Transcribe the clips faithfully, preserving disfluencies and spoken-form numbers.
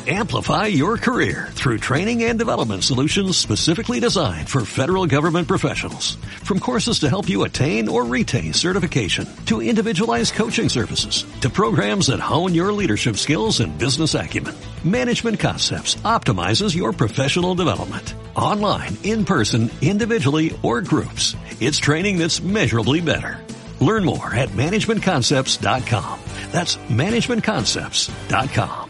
Amplify your career through training and development solutions specifically designed for federal government professionals. From courses to help you attain or retain certification, to individualized coaching services, to programs that hone your leadership skills and business acumen, Management Concepts optimizes your professional development. Online, in person, individually, or groups, it's training that's measurably better. Learn more at management concepts dot com. That's management concepts dot com.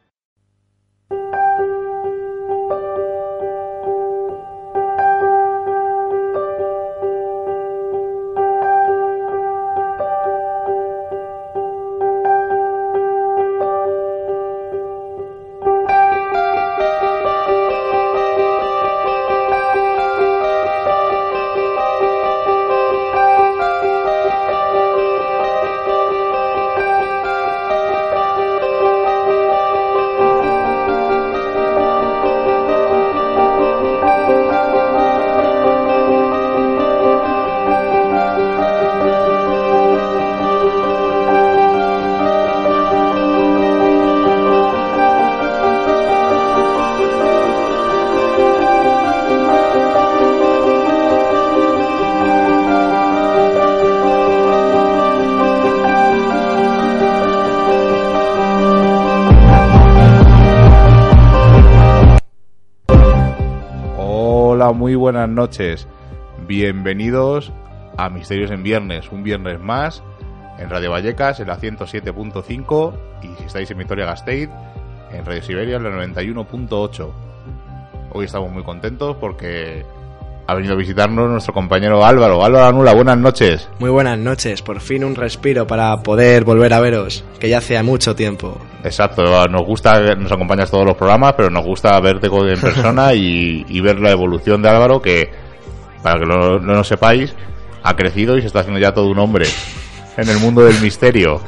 Muy buenas noches, bienvenidos a Misterios en Viernes, un viernes más en Radio Vallecas en la ciento siete punto cinco y si estáis en Vitoria-Gasteiz en Radio Siberia en la noventa y uno punto ocho. Hoy estamos muy contentos porque ha venido a visitarnos nuestro compañero Álvaro. Álvaro Anula, buenas noches. Muy buenas noches, por fin un respiro para poder volver a veros, que ya hace mucho tiempo. Exacto, nos gusta, nos acompañas todos los programas, pero nos gusta verte en persona y, y ver la evolución de Álvaro, que, para que no, no lo sepáis, ha crecido y se está haciendo ya todo un hombre en el mundo del misterio.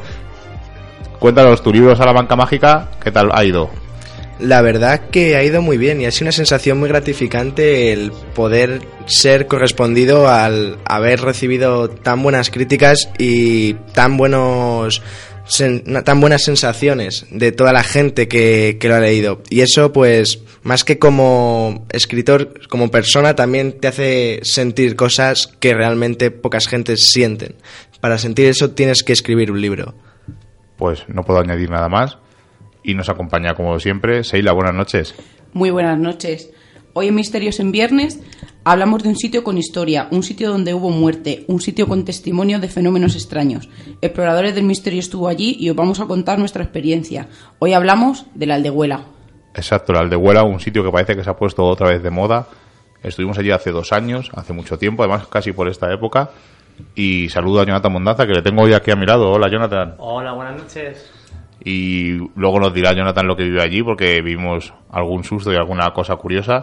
Cuéntanos, tu libro Salamanca Mágica, ¿qué tal ha ido? La verdad que ha ido muy bien y ha sido una sensación muy gratificante el poder ser correspondido al haber recibido tan buenas críticas y tan buenos sen, tan buenas sensaciones de toda la gente que, que lo ha leído. Y eso, pues, más que como escritor, como persona, también te hace sentir cosas que realmente pocas gentes sienten. Para sentir eso tienes que escribir un libro. Pues no puedo añadir nada más. Y nos acompaña, como siempre, Seila, buenas noches. Muy buenas noches. Hoy en Misterios en Viernes hablamos de un sitio con historia, un sitio donde hubo muerte, un sitio con testimonio de fenómenos extraños. Exploradores del Misterio estuvo allí y os vamos a contar nuestra experiencia. Hoy hablamos de la Aldehuela. Exacto, la Aldehuela, un sitio que parece que se ha puesto otra vez de moda. Estuvimos allí hace dos años, hace mucho tiempo, además casi por esta época. Y saludo a Jonathan Mondaza, que le tengo hoy aquí a mi lado. Hola, Jonathan. Hola, buenas noches. Y luego nos dirá Jonathan lo que vive allí, porque vimos algún susto y alguna cosa curiosa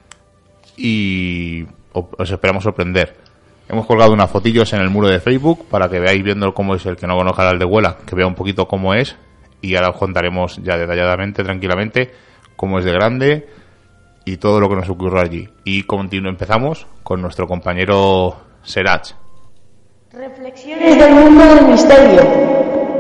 y os esperamos sorprender. Hemos colgado unas fotillos en el muro de Facebook para que veáis viendo cómo es el que no conozca la Aldehuela, que vea un poquito cómo es, y ahora os contaremos ya detalladamente, tranquilamente, cómo es de grande y todo lo que nos ocurrió allí. Y continuo, empezamos con nuestro compañero Serach. Reflexiones del mundo del misterio.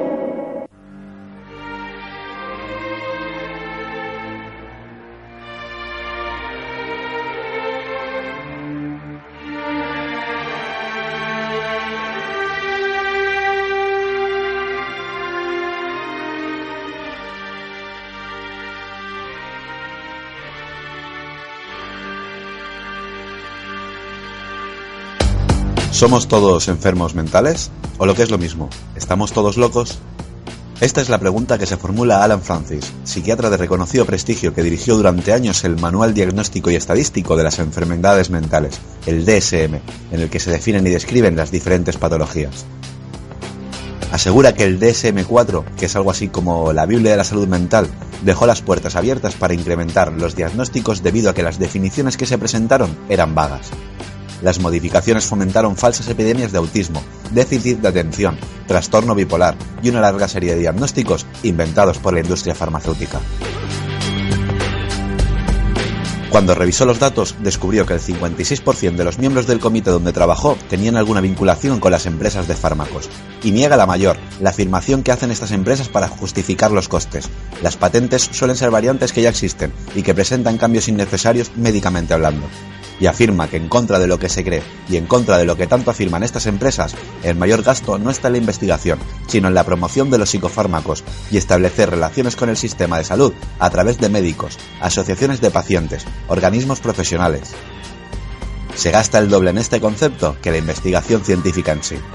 ¿Somos todos enfermos mentales? ¿O lo que es lo mismo, estamos todos locos? Esta es la pregunta que se formula Alan Francis, psiquiatra de reconocido prestigio que dirigió durante años el Manual Diagnóstico y Estadístico de las Enfermedades Mentales, el D S M, en el que se definen y describen las diferentes patologías. Asegura que el D S M cuatro, que es algo así como la Biblia de la salud mental, dejó las puertas abiertas para incrementar los diagnósticos debido a que las definiciones que se presentaron eran vagas. Las modificaciones fomentaron falsas epidemias de autismo, déficit de atención, trastorno bipolar y una larga serie de diagnósticos inventados por la industria farmacéutica. Cuando revisó los datos, descubrió que el cincuenta y seis por ciento de los miembros del comité donde trabajó tenían alguna vinculación con las empresas de fármacos. Y niega la mayor, la afirmación que hacen estas empresas para justificar los costes. Las patentes suelen ser variantes que ya existen y que presentan cambios innecesarios médicamente hablando. Y afirma que en contra de lo que se cree y en contra de lo que tanto afirman estas empresas, el mayor gasto no está en la investigación, sino en la promoción de los psicofármacos y establecer relaciones con el sistema de salud a través de médicos, asociaciones de pacientes, organismos profesionales. Se gasta el doble en este concepto que la investigación científica en sí.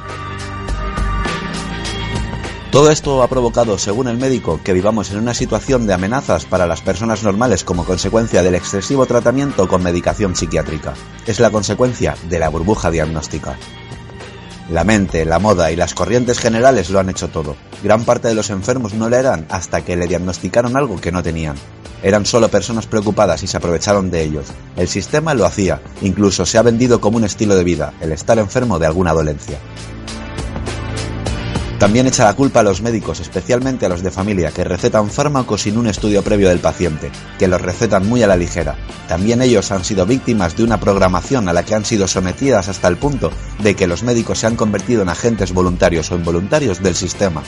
Todo esto ha provocado, según el médico, que vivamos en una situación de amenazas para las personas normales como consecuencia del excesivo tratamiento con medicación psiquiátrica. Es la consecuencia de la burbuja diagnóstica. La mente, la moda y las corrientes generales lo han hecho todo. Gran parte de los enfermos no lo eran hasta que le diagnosticaron algo que no tenían. Eran solo personas preocupadas y se aprovecharon de ellos. El sistema lo hacía, incluso se ha vendido como un estilo de vida, el estar enfermo de alguna dolencia. También echa la culpa a los médicos, especialmente a los de familia, que recetan fármacos sin un estudio previo del paciente, que los recetan muy a la ligera. También ellos han sido víctimas de una programación a la que han sido sometidas hasta el punto de que los médicos se han convertido en agentes voluntarios o involuntarios del sistema.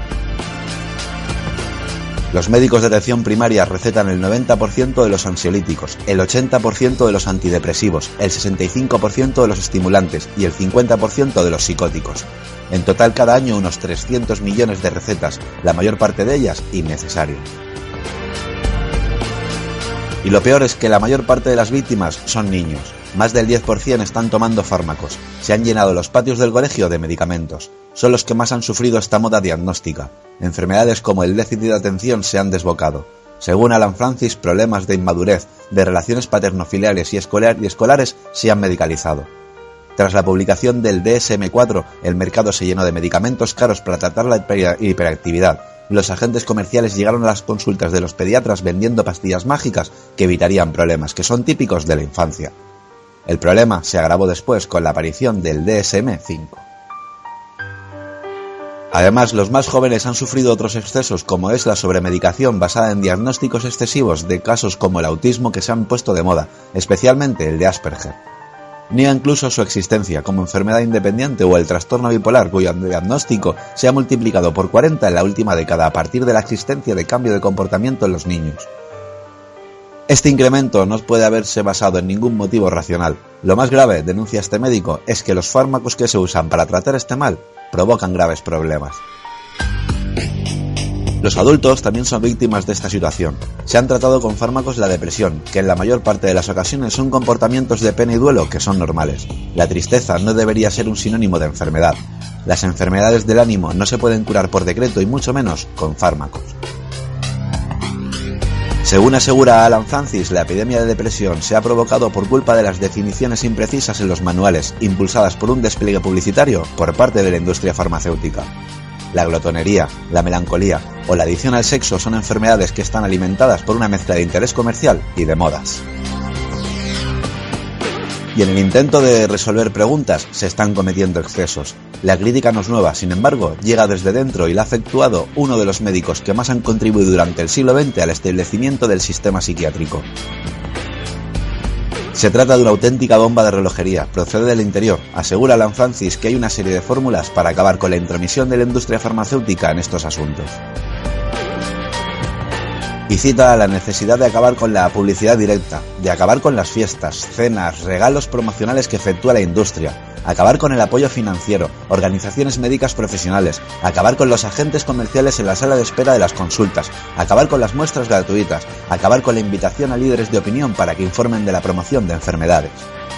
Los médicos de atención primaria recetan el noventa por ciento de los ansiolíticos, el ochenta por ciento de los antidepresivos, el sesenta y cinco por ciento de los estimulantes y el cincuenta por ciento de los psicóticos. En total cada año unos trescientos millones de recetas, la mayor parte de ellas innecesarias. Y lo peor es que la mayor parte de las víctimas son niños. Más del diez por ciento están tomando fármacos. Se han llenado los patios del colegio de medicamentos. Son los que más han sufrido esta moda diagnóstica. Enfermedades como el déficit de atención se han desbocado. Según Alan Francis, problemas de inmadurez, de relaciones paterno-filiales y, escolar y escolares se han medicalizado. Tras la publicación del D S M cuatro, el mercado se llenó de medicamentos caros para tratar la hiperactividad. Los agentes comerciales llegaron a las consultas de los pediatras vendiendo pastillas mágicas que evitarían problemas que son típicos de la infancia. El problema se agravó después con la aparición del D S M cinco. Además, los más jóvenes han sufrido otros excesos como es la sobremedicación basada en diagnósticos excesivos de casos como el autismo que se han puesto de moda, especialmente el de Asperger. Niega incluso su existencia como enfermedad independiente o el trastorno bipolar cuyo diagnóstico se ha multiplicado por cuarenta en la última década a partir de la existencia de cambio de comportamiento en los niños. Este incremento no puede haberse basado en ningún motivo racional. Lo más grave, denuncia este médico, es que los fármacos que se usan para tratar este mal provocan graves problemas. Los adultos también son víctimas de esta situación. Se han tratado con fármacos la depresión, que en la mayor parte de las ocasiones son comportamientos de pena y duelo que son normales. La tristeza no debería ser un sinónimo de enfermedad. Las enfermedades del ánimo no se pueden curar por decreto y mucho menos con fármacos. Según asegura Alan Francis, la epidemia de depresión se ha provocado por culpa de las definiciones imprecisas en los manuales, impulsadas por un despliegue publicitario por parte de la industria farmacéutica. La glotonería, la melancolía o la adicción al sexo son enfermedades que están alimentadas por una mezcla de interés comercial y de modas. Y en el intento de resolver preguntas se están cometiendo excesos. La crítica no es nueva, sin embargo, llega desde dentro y la ha efectuado uno de los médicos que más han contribuido durante el siglo veinte al establecimiento del sistema psiquiátrico. Se trata de una auténtica bomba de relojería, procede del interior. Asegura Alan Francis que hay una serie de fórmulas para acabar con la intromisión de la industria farmacéutica en estos asuntos. Y cita la necesidad de acabar con la publicidad directa, de acabar con las fiestas, cenas, regalos promocionales que efectúa la industria, acabar con el apoyo financiero, organizaciones médicas profesionales, acabar con los agentes comerciales en la sala de espera de las consultas, acabar con las muestras gratuitas, acabar con la invitación a líderes de opinión para que informen de la promoción de enfermedades.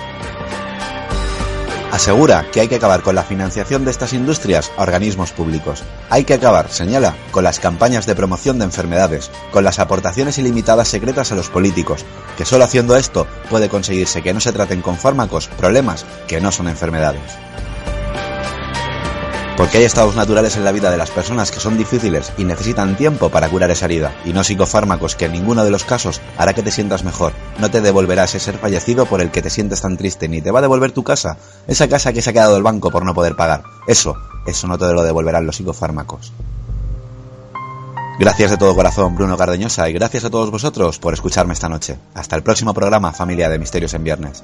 Asegura que hay que acabar con la financiación de estas industrias a organismos públicos. Hay que acabar, señala, con las campañas de promoción de enfermedades, con las aportaciones ilimitadas secretas a los políticos, que solo haciendo esto puede conseguirse que no se traten con fármacos problemas que no son enfermedades. Porque hay estados naturales en la vida de las personas que son difíciles y necesitan tiempo para curar esa herida, y no psicofármacos que en ninguno de los casos hará que te sientas mejor, no te devolverá ese ser fallecido por el que te sientes tan triste, ni te va a devolver tu casa, esa casa que se ha quedado el banco por no poder pagar. Eso, eso no te lo devolverán los psicofármacos. Gracias de todo corazón, Bruno Cardeñosa, y gracias a todos vosotros por escucharme esta noche. Hasta el próximo programa, familia de Misterios en Viernes.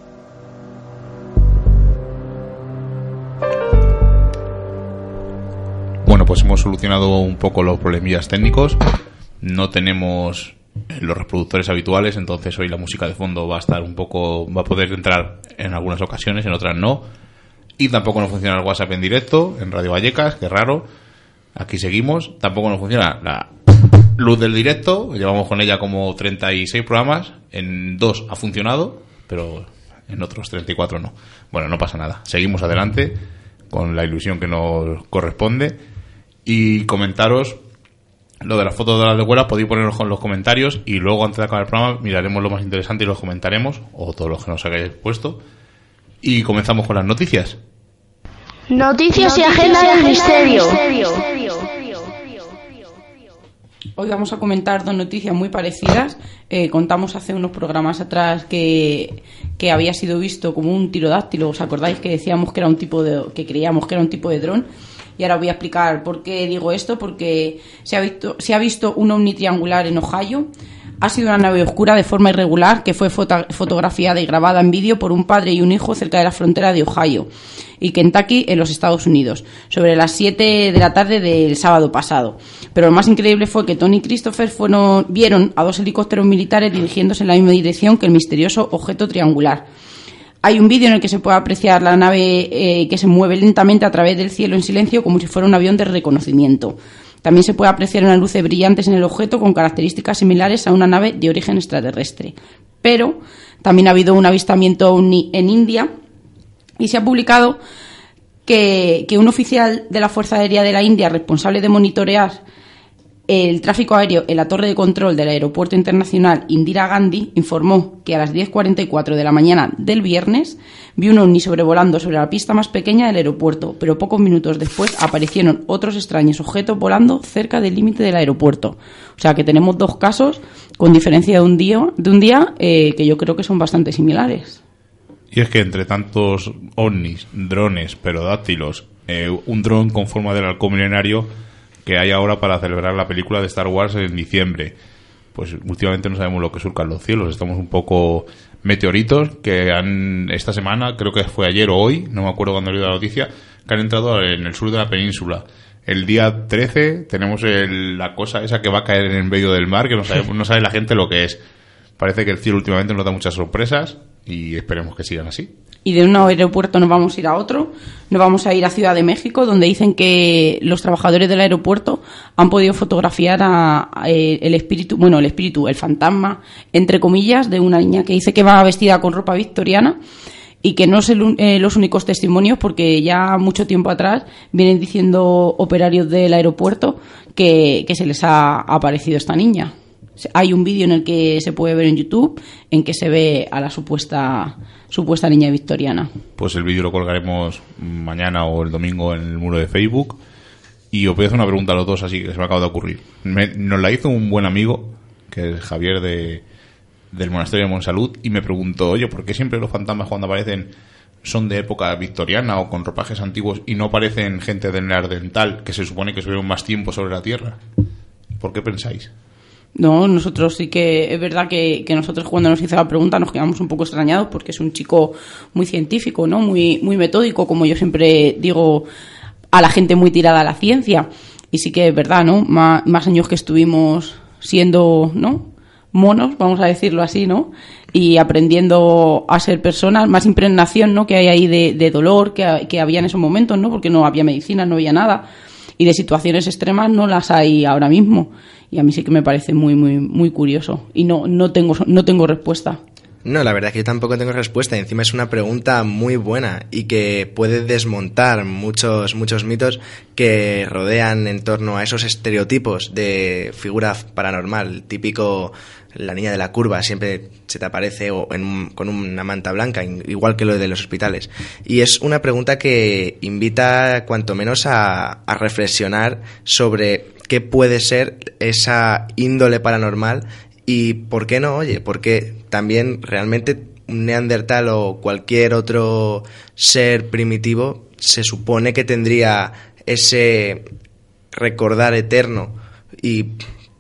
Bueno, pues hemos solucionado un poco los problemillas técnicos. No tenemos los reproductores habituales, entonces hoy la música de fondo va a estar un poco, va a poder entrar en algunas ocasiones, en otras no. Y tampoco nos funciona el WhatsApp en directo en Radio Vallecas, que raro. Aquí seguimos. Tampoco nos funciona la luz del directo. Llevamos con ella como treinta y seis programas. En dos ha funcionado, pero en otros treinta y cuatro no. Bueno, no pasa nada. Seguimos adelante con la ilusión que nos corresponde. Y comentaros lo de las fotos de las legueras. Podéis ponerlos con los comentarios y luego, antes de acabar el programa, miraremos lo más interesante y los comentaremos, o todos los que nos hayáis puesto. Y comenzamos con las noticias. Noticias y agenda del misterio. Hoy vamos a comentar dos noticias muy parecidas. Eh, contamos hace unos programas atrás que, que había sido visto como un tirodáctilo. ¿Os acordáis que decíamos que era un tipo de, que creíamos que era un tipo de dron? Y ahora voy a explicar por qué digo esto, porque se ha visto, se ha visto un ovni triangular en Ohio. Ha sido una nave oscura de forma irregular que fue foto, fotografiada y grabada en vídeo por un padre y un hijo cerca de la frontera de Ohio y Kentucky en los Estados Unidos, sobre las siete de la tarde del sábado pasado. Pero lo más increíble fue que Tony y Christopher fueron, vieron a dos helicópteros militares dirigiéndose en la misma dirección que el misterioso objeto triangular. Hay un vídeo en el que se puede apreciar la nave eh, que se mueve lentamente a través del cielo en silencio como si fuera un avión de reconocimiento. También se puede apreciar unas luces brillantes en el objeto con características similares a una nave de origen extraterrestre. Pero también ha habido un avistamiento ovni en India y se ha publicado que, que un oficial de la Fuerza Aérea de la India responsable de monitorear el tráfico aéreo en la torre de control del Aeropuerto Internacional Indira Gandhi informó que a las diez cuarenta y cuatro de la mañana del viernes vio un ovni sobrevolando sobre la pista más pequeña del aeropuerto, pero pocos minutos después aparecieron otros extraños objetos volando cerca del límite del aeropuerto. O sea que tenemos dos casos con diferencia de un día, de un día eh, que yo creo que son bastante similares. Y es que entre tantos ovnis, drones, pterodáctilos, eh, un dron con forma del halcón milenario que hay ahora para celebrar la película de Star Wars en diciembre, pues últimamente no sabemos lo que surcan los cielos. Estamos un poco meteoritos que han, esta semana, creo que fue ayer o hoy, no me acuerdo cuando leí la noticia, que han entrado en el sur de la península. El día trece tenemos el, la cosa esa que va a caer en el medio del mar, que no sabe, no sabe la gente lo que es. Parece que el cielo últimamente nos da muchas sorpresas y esperemos que sigan así. Y de un aeropuerto nos vamos a ir a otro, nos vamos a ir a Ciudad de México, donde dicen que los trabajadores del aeropuerto han podido fotografiar a, a el espíritu, bueno, el espíritu, el fantasma, entre comillas, de una niña que dice que va vestida con ropa victoriana y que no son eh, los únicos testimonios, porque ya mucho tiempo atrás vienen diciendo operarios del aeropuerto que, que se les ha aparecido esta niña. Hay un vídeo en el que se puede ver en YouTube en que se ve a la supuesta supuesta niña victoriana. Pues el vídeo lo colgaremos mañana o el domingo en el muro de Facebook. Y os voy a hacer una pregunta a los dos, así que se me acaba de ocurrir. Me, nos la hizo un buen amigo, que es Javier de, del monasterio de Monsalud, y me preguntó, oye, ¿por qué siempre los fantasmas cuando aparecen son de época victoriana o con ropajes antiguos y no aparecen gente del Neandertal, que se supone que estuvieron más tiempo sobre la Tierra? ¿Por qué pensáis? No, nosotros sí que es verdad que, que nosotros cuando nos hizo la pregunta nos quedamos un poco extrañados porque es un chico muy científico, ¿no? Muy, muy metódico, como yo siempre digo a la gente muy tirada a la ciencia. Y sí que es verdad, ¿no? Más, más años que estuvimos siendo, ¿no? monos, vamos a decirlo así, ¿no? Y aprendiendo a ser personas, más impregnación, ¿no? Que hay ahí de, de dolor que, que había en esos momentos, ¿no? Porque no había medicina, no había nada. Y de situaciones extremas no las hay ahora mismo. Y a mí sí que me parece muy, muy, muy curioso. Y no, no tengo, no tengo respuesta. No, la verdad es que yo tampoco tengo respuesta. Encima es una pregunta muy buena y que puede desmontar muchos, muchos mitos que rodean en torno a esos estereotipos de figura paranormal. Típico, la niña de la curva siempre se te aparece o en un, con una manta blanca, igual que lo de los hospitales. Y es una pregunta que invita cuanto menos a, a reflexionar sobre qué puede ser esa índole paranormal. Y por qué no, oye, porque también realmente un neandertal o cualquier otro ser primitivo se supone que tendría ese recordar eterno y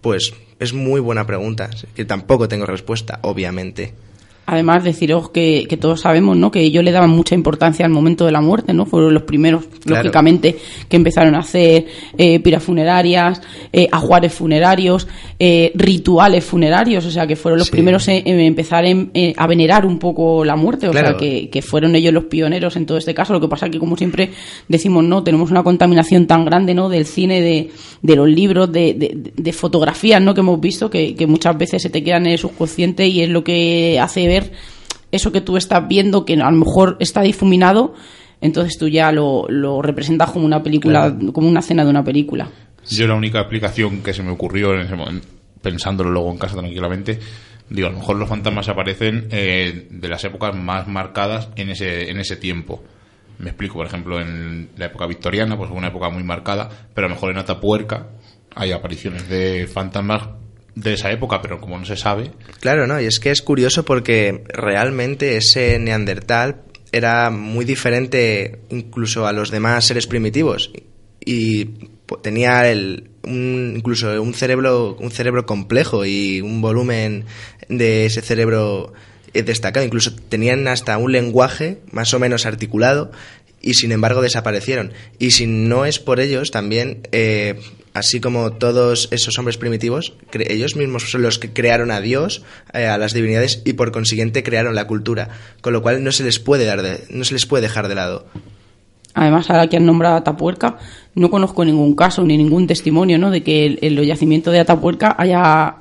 Pues es muy buena pregunta, que tampoco tengo respuesta, obviamente. Además, deciros que, que todos sabemos, ¿no?, que ellos le daban mucha importancia al momento de la muerte, ¿no? Fueron los primeros, claro, lógicamente, que empezaron a hacer eh, piras funerarias, eh, ajuares funerarios, eh, rituales funerarios, o sea, que fueron los sí. primeros en, en empezar en, en, a venerar un poco la muerte, o claro. sea, que, que fueron ellos los pioneros en todo este caso. Lo que pasa que, como siempre decimos, no, tenemos una contaminación tan grande, ¿no?, del cine, de, de los libros, de, de, de fotografías, ¿no?, que hemos visto, que, que muchas veces se te quedan en el subconsciente y es lo que hace ver eso que tú estás viendo, que a lo mejor está difuminado, entonces tú ya lo, lo representas como una película, claro, como una escena de una película. Yo la única explicación que se me ocurrió en ese momento, pensándolo luego en casa tranquilamente, digo, a lo mejor los fantasmas aparecen eh, de las épocas más marcadas en ese en ese tiempo. Me explico, por ejemplo, en la época victoriana, pues una época muy marcada, pero a lo mejor en Atapuerca hay apariciones de fantasmas de esa época, pero como no se sabe... Claro, no, y es que es curioso porque realmente ese Neandertal era muy diferente incluso a los demás seres primitivos y tenía el, un, incluso un cerebro, un cerebro complejo y un volumen de ese cerebro destacado, incluso tenían hasta un lenguaje más o menos articulado y sin embargo desaparecieron. Y si no es por ellos también... Eh, así como todos esos hombres primitivos, cre- ellos mismos son los que crearon a Dios, eh, a las divinidades, y por consiguiente crearon la cultura, con lo cual no se les puede dar de, no se les puede dejar de lado. Además, ahora que han nombrado a Atapuerca, no conozco ningún caso ni ningún testimonio, ¿no?, de que el, el yacimiento de Atapuerca haya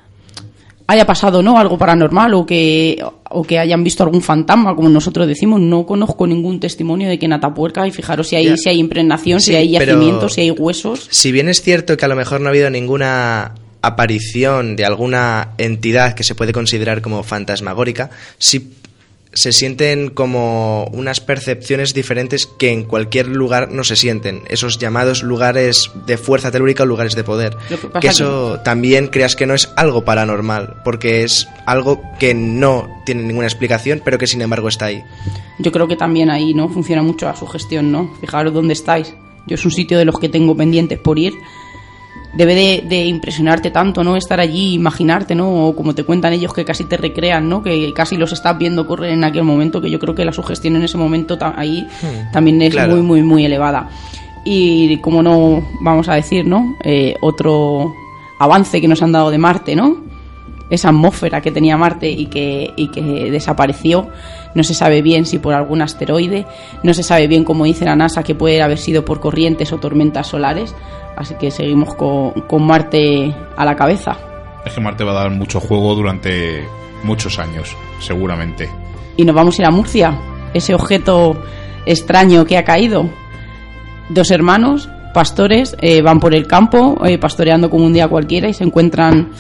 haya pasado, ¿no?, algo paranormal o que o que hayan visto algún fantasma, como nosotros decimos. No conozco ningún testimonio de que en Atapuerca, y fijaros si hay, yeah. si hay impregnación, sí, si hay yacimientos, si hay huesos. Si bien es cierto que a lo mejor no ha habido ninguna aparición de alguna entidad que se puede considerar como fantasmagórica, sí se sienten como unas percepciones diferentes que en cualquier lugar no se sienten, esos llamados lugares de fuerza telúrica o lugares de poder, que, que eso que... también creas que no es algo paranormal, porque es algo que no tiene ninguna explicación, pero que sin embargo está ahí. Yo creo que también ahí no funciona mucho la sugestión, ¿no? Fijaros dónde estáis. Yo es un sitio de los que tengo pendientes por ir. Debe de, de impresionarte tanto, ¿no?, estar allí, imaginarte, ¿no?, o como te cuentan ellos, que casi te recrean, ¿no?, que casi los estás viendo correr en aquel momento, que yo creo que la sugestión en ese momento ta- ahí hmm, también es claro. muy, muy, muy elevada. Y como no, vamos a decir, ¿no?, eh, otro avance que nos han dado de Marte, ¿no?, esa atmósfera que tenía Marte y que, y que desapareció. No se sabe bien si por algún asteroide, no se sabe bien, como dice la NASA, que puede haber sido por corrientes o tormentas solares. Así que seguimos con, con Marte a la cabeza. Es que Marte va a dar mucho juego durante muchos años, seguramente. Y nos vamos a ir a Murcia, ese objeto extraño que ha caído. Dos hermanos, pastores, eh, van por el campo, eh, pastoreando como un día cualquiera, y se encuentran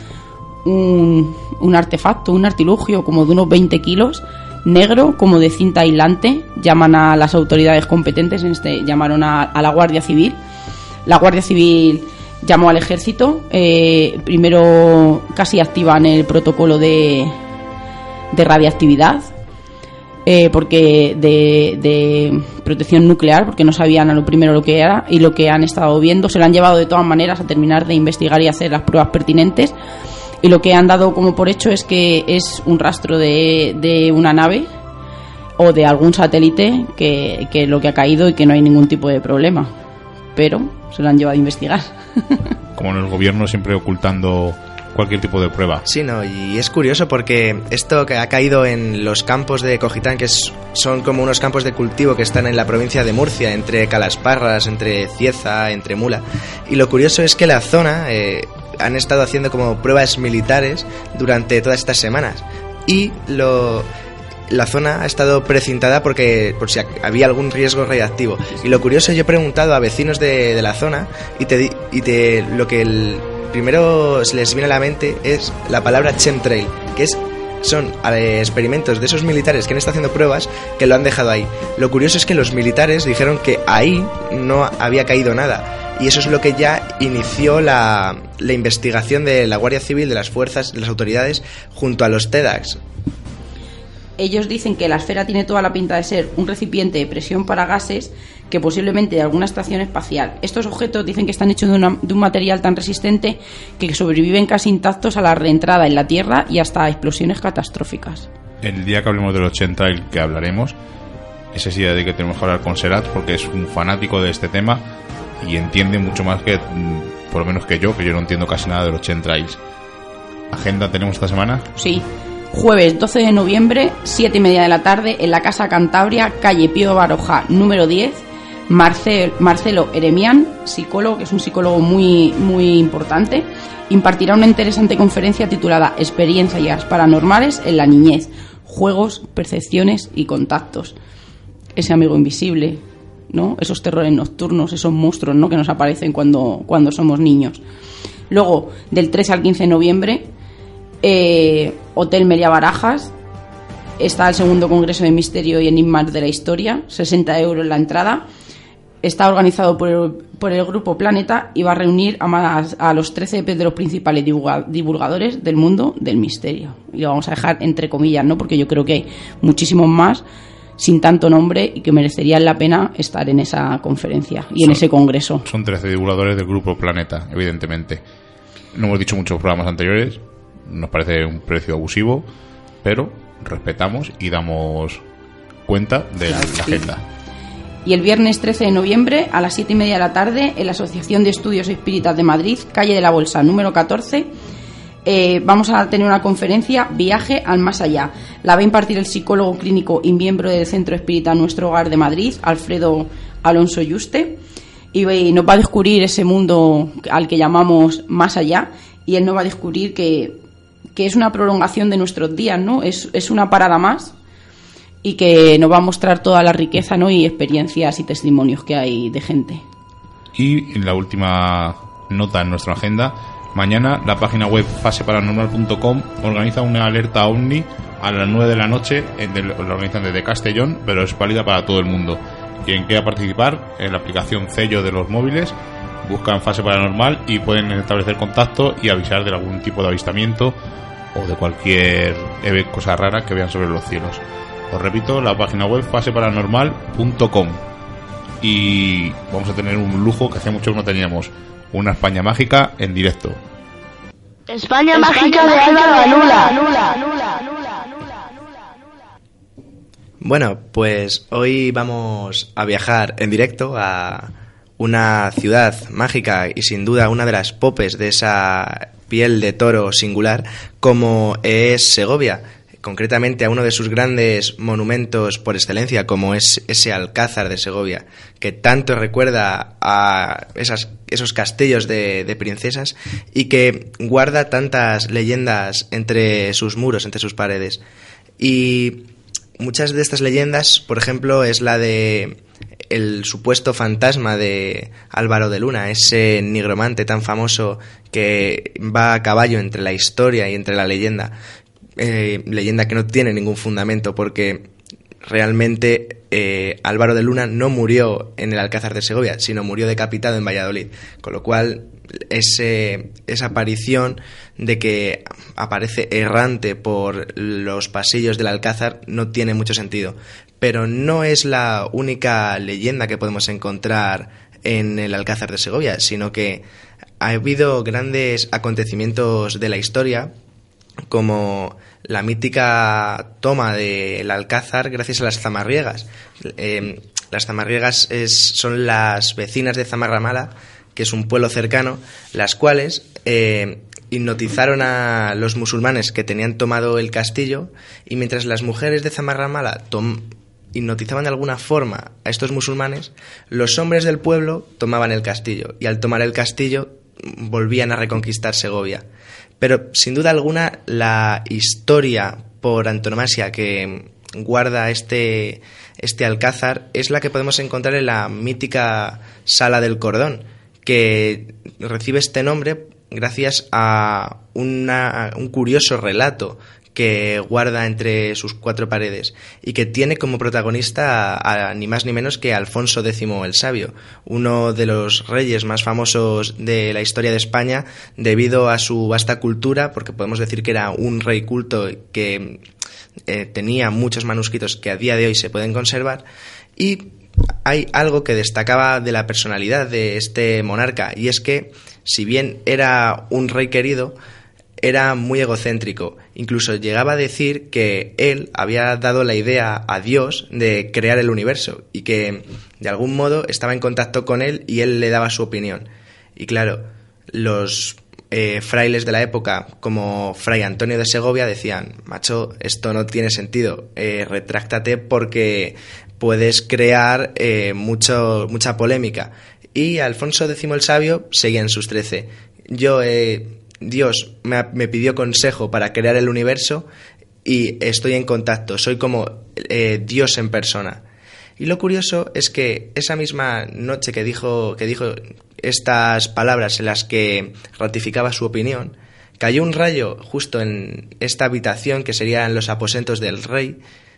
un, un artefacto, un artilugio como de unos veinte kilos, negro, como de cinta aislante. Llaman a las autoridades competentes, en este llamaron a, a la Guardia Civil. La Guardia Civil llamó al ejército, eh, primero casi activan el protocolo de, de radiactividad, eh, porque de, de protección nuclear, porque no sabían a lo primero lo que era, y lo que han estado viendo se lo han llevado de todas maneras a terminar de investigar y hacer las pruebas pertinentes, y lo que han dado como por hecho es que es un rastro de, de una nave o de algún satélite que, que es lo que ha caído y que no hay ningún tipo de problema, pero se lo han llevado a investigar. Como en el gobierno, siempre ocultando cualquier tipo de prueba. Sí, no, y es curioso porque esto que ha caído en los campos de Cogitán, que es, son como unos campos de cultivo que están en la provincia de Murcia, entre Calasparras, entre Cieza, entre Mula, y lo curioso es que la zona eh, han estado haciendo como pruebas militares durante todas estas semanas, y lo... la zona ha estado precintada porque por si había algún riesgo radiactivo. Y lo curioso, yo he preguntado a vecinos de, de la zona y te y te lo que el, primero se les viene a la mente es la palabra chemtrail, que es son eh, experimentos de esos militares que han estado haciendo pruebas que lo han dejado ahí. Lo curioso es que los militares dijeron que ahí no había caído nada, y eso es lo que ya inició la, la investigación de la Guardia Civil, de las fuerzas, de las autoridades, junto a los TEDx. Ellos dicen que la esfera tiene toda la pinta de ser un recipiente de presión para gases que posiblemente de alguna estación espacial. Estos objetos dicen que están hechos de, una, de un material tan resistente que sobreviven casi intactos a la reentrada en la Tierra y hasta a explosiones catastróficas. El día que hablemos de los chemtrails, que hablaremos, ese sí de que tenemos que hablar con Serhat, porque es un fanático de este tema y entiende mucho más que, por lo menos que yo, que yo no entiendo casi nada de los chemtrails. ¿Agenda tenemos esta semana? Sí. Jueves doce de noviembre, siete y media de la tarde, en la Casa Cantabria, calle Pío Baroja, número diez, Marcel, Marcelo Eremián, psicólogo, que es un psicólogo muy, muy importante, impartirá una interesante conferencia titulada Experiencias paranormales en la niñez, juegos, percepciones y contactos. Ese amigo invisible, ¿no? Esos terrores nocturnos, esos monstruos, ¿no?, que nos aparecen cuando, cuando somos niños. Luego, del trece al quince de noviembre, eh, Hotel Meliá Barajas, está el segundo Congreso de Misterio y Enigmas de la Historia, sesenta euros la entrada. Está organizado por el, por el Grupo Planeta y va a reunir a, más, a los trece de los principales divulga, divulgadores del mundo del misterio. Y lo vamos a dejar entre comillas, ¿no?, porque yo creo que hay muchísimos más sin tanto nombre y que merecerían la pena estar en esa conferencia y son, en ese congreso. Son trece divulgadores del Grupo Planeta, evidentemente. No hemos dicho muchos programas anteriores, nos parece un precio abusivo, pero respetamos y damos cuenta de la sí. agenda. Y el viernes trece de noviembre a las siete y media de la tarde en la Asociación de Estudios Espíritas de Madrid, calle de la Bolsa número catorce, eh, vamos a tener una conferencia Viaje al Más Allá. La va a impartir el psicólogo clínico y miembro del Centro Espírita Nuestro Hogar de Madrid, Alfredo Alonso Yuste, y nos va a descubrir ese mundo al que llamamos más allá, y él nos va a descubrir que, que es una prolongación de nuestros días, ¿no? Es, es una parada más, y que nos va a mostrar toda la riqueza, ¿no?, y experiencias y testimonios que hay de gente. Y en la última nota en nuestra agenda, mañana la página web fase paranormal punto com organiza una alerta ovni a las nueve de la noche, la organizan desde Castellón, pero es válida para todo el mundo. Quien quiera participar, en la aplicación Cello de los móviles, buscan Fase Paranormal y pueden establecer contacto y avisar de algún tipo de avistamiento o de cualquier cosa rara que vean sobre los cielos. Os repito, la página web fase paranormal punto com. Y vamos a tener un lujo que hace mucho que no teníamos, una España mágica en directo. España, España mágica de Álvaro Anula. Bueno, pues hoy vamos a viajar en directo a una ciudad mágica y sin duda una de las popes de esa piel de toro singular como es Segovia. Concretamente a uno de sus grandes monumentos por excelencia, como es ese Alcázar de Segovia, que tanto recuerda a esas, esos castillos de, de princesas y que guarda tantas leyendas entre sus muros, entre sus paredes. Y muchas de estas leyendas, por ejemplo, es la de el supuesto fantasma de Álvaro de Luna, ese nigromante tan famoso que va a caballo entre la historia y entre la leyenda. Eh, leyenda que no tiene ningún fundamento porque realmente eh, Álvaro de Luna no murió en el Alcázar de Segovia, sino murió decapitado en Valladolid, con lo cual ese, esa aparición de que aparece errante por los pasillos del Alcázar no tiene mucho sentido, pero no es la única leyenda que podemos encontrar en el Alcázar de Segovia, sino que ha habido grandes acontecimientos de la historia, como la mítica toma del Alcázar gracias a las zamarriegas. Eh, las zamarriegas es, son las vecinas de Zamarramala, que es un pueblo cercano, las cuales eh, hipnotizaron a los musulmanes que tenían tomado el castillo, y mientras las mujeres de Zamarramala tom- hipnotizaban de alguna forma a estos musulmanes, los hombres del pueblo tomaban el castillo, y al tomar el castillo volvían a reconquistar Segovia. Pero sin duda alguna la historia por antonomasia que guarda este, este Alcázar es la que podemos encontrar en la mítica Sala del Cordón, que recibe este nombre gracias a una, un curioso relato que guarda entre sus cuatro paredes y que tiene como protagonista a, a ni más ni menos que a Alfonso décimo el Sabio, uno de los reyes más famosos de la historia de España debido a su vasta cultura, porque podemos decir que era un rey culto que eh, tenía muchos manuscritos que a día de hoy se pueden conservar. Y hay algo que destacaba de la personalidad de este monarca, y es que si bien era un rey querido, era muy egocéntrico. Incluso llegaba a decir que él había dado la idea a Dios de crear el universo y que de algún modo estaba en contacto con él y él le daba su opinión. Y claro, los eh, frailes de la época, como Fray Antonio de Segovia, decían: macho, esto no tiene sentido, eh, retráctate porque puedes crear eh, mucho, mucha polémica. Y Alfonso décimo el Sabio seguía en sus trece. Yo, eh, Dios me, me pidió consejo para crear el universo y estoy en contacto, soy como eh, Dios en persona. Y lo curioso es que esa misma noche que dijo, que dijo estas palabras en las que ratificaba su opinión, cayó un rayo justo en esta habitación que serían los aposentos del rey,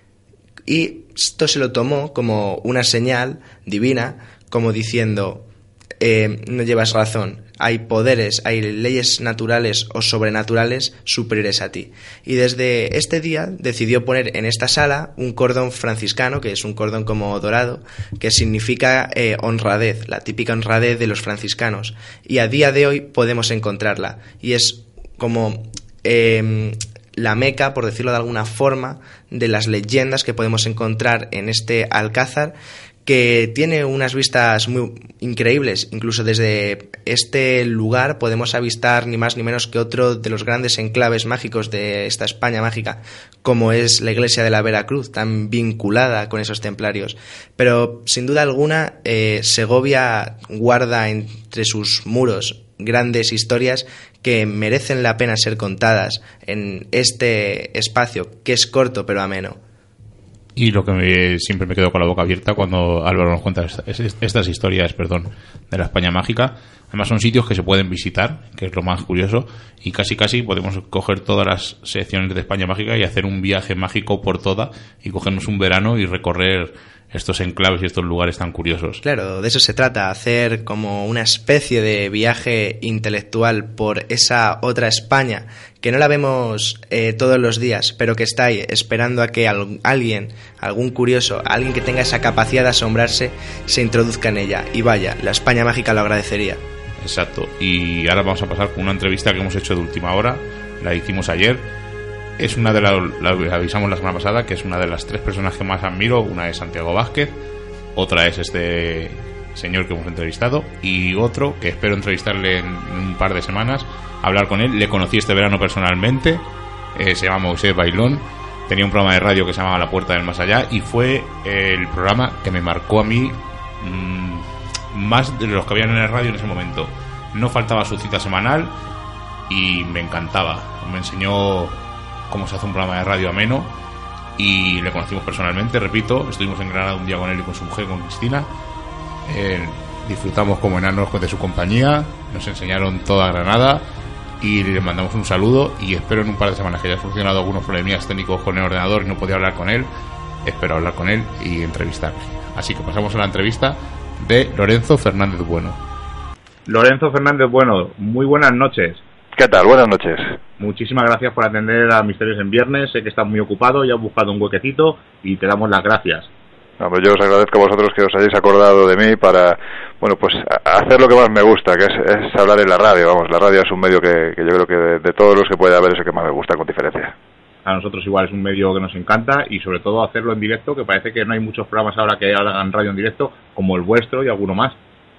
y esto se lo tomó como una señal divina, como diciendo: eh, no llevas razón, hay poderes, hay leyes naturales o sobrenaturales superiores a ti. Y desde este día decidió poner en esta sala un cordón franciscano, que es un cordón como dorado, que significa eh, honradez, la típica honradez de los franciscanos. Y a día de hoy podemos encontrarla. Y es como Eh, la meca, por decirlo de alguna forma, de las leyendas que podemos encontrar en este alcázar, que tiene unas vistas muy increíbles. Incluso desde este lugar podemos avistar ni más ni menos que otro de los grandes enclaves mágicos de esta España mágica, como es la iglesia de la Veracruz, tan vinculada con esos templarios. Pero sin duda alguna, eh, Segovia guarda entre sus muros grandes historias que merecen la pena ser contadas en este espacio, que es corto pero ameno. Y lo que me, siempre me quedo con la boca abierta cuando Álvaro nos cuenta estas, estas historias, perdón, de la España mágica. Además son sitios que se pueden visitar, que es lo más curioso, y casi casi podemos coger todas las secciones de España mágica y hacer un viaje mágico por toda y cogernos un verano y recorrer estos enclaves y estos lugares tan curiosos. Claro, de eso se trata, hacer como una especie de viaje intelectual por esa otra España que no la vemos eh, todos los días, pero que está ahí esperando a que al- alguien, algún curioso, alguien que tenga esa capacidad de asombrarse, se introduzca en ella. Y vaya, la España mágica lo agradecería. Exacto. Y ahora vamos a pasar con una entrevista que hemos hecho de última hora, la hicimos ayer. Es una de las, la avisamos la semana pasada, que es una de las tres personas que más admiro. Una es Santiago Vázquez, otra es este señor que hemos entrevistado, y otro que espero entrevistarle en un par de semanas, hablar con él. Le conocí este verano personalmente, eh, se llama Moisés Bailón, tenía un programa de radio que se llamaba La Puerta del Más Allá, y fue el programa que me marcó a mí mmm, más de los que habían en el radio en ese momento. No faltaba su cita semanal y me encantaba, me enseñó cómo se hace un programa de radio ameno, y le conocimos personalmente, repito, estuvimos en Granada un día con él y con su mujer, con Cristina. Eh, disfrutamos como enanos de su compañía, nos enseñaron toda Granada y le mandamos un saludo, y espero en un par de semanas, que haya solucionado algunos problemillas técnicos con el ordenador y no podía hablar con él, espero hablar con él y entrevistarle. Así que pasamos a la entrevista de Lorenzo Fernández Bueno. Lorenzo Fernández Bueno, muy buenas noches. ¿Qué tal? Buenas noches. Muchísimas gracias por atender a Misterios en Viernes. Sé que estás muy ocupado y has buscado un huequecito y te damos las gracias. Hombre, yo os agradezco a vosotros que os hayáis acordado de mí para, bueno, pues hacer lo que más me gusta, que es, es hablar en la radio. Vamos, la radio es un medio que, que yo creo que de, de todos los que puede haber es el que más me gusta, con diferencia. A nosotros igual es un medio que nos encanta, y sobre todo hacerlo en directo, que parece que no hay muchos programas ahora que hagan radio en directo como el vuestro y alguno más.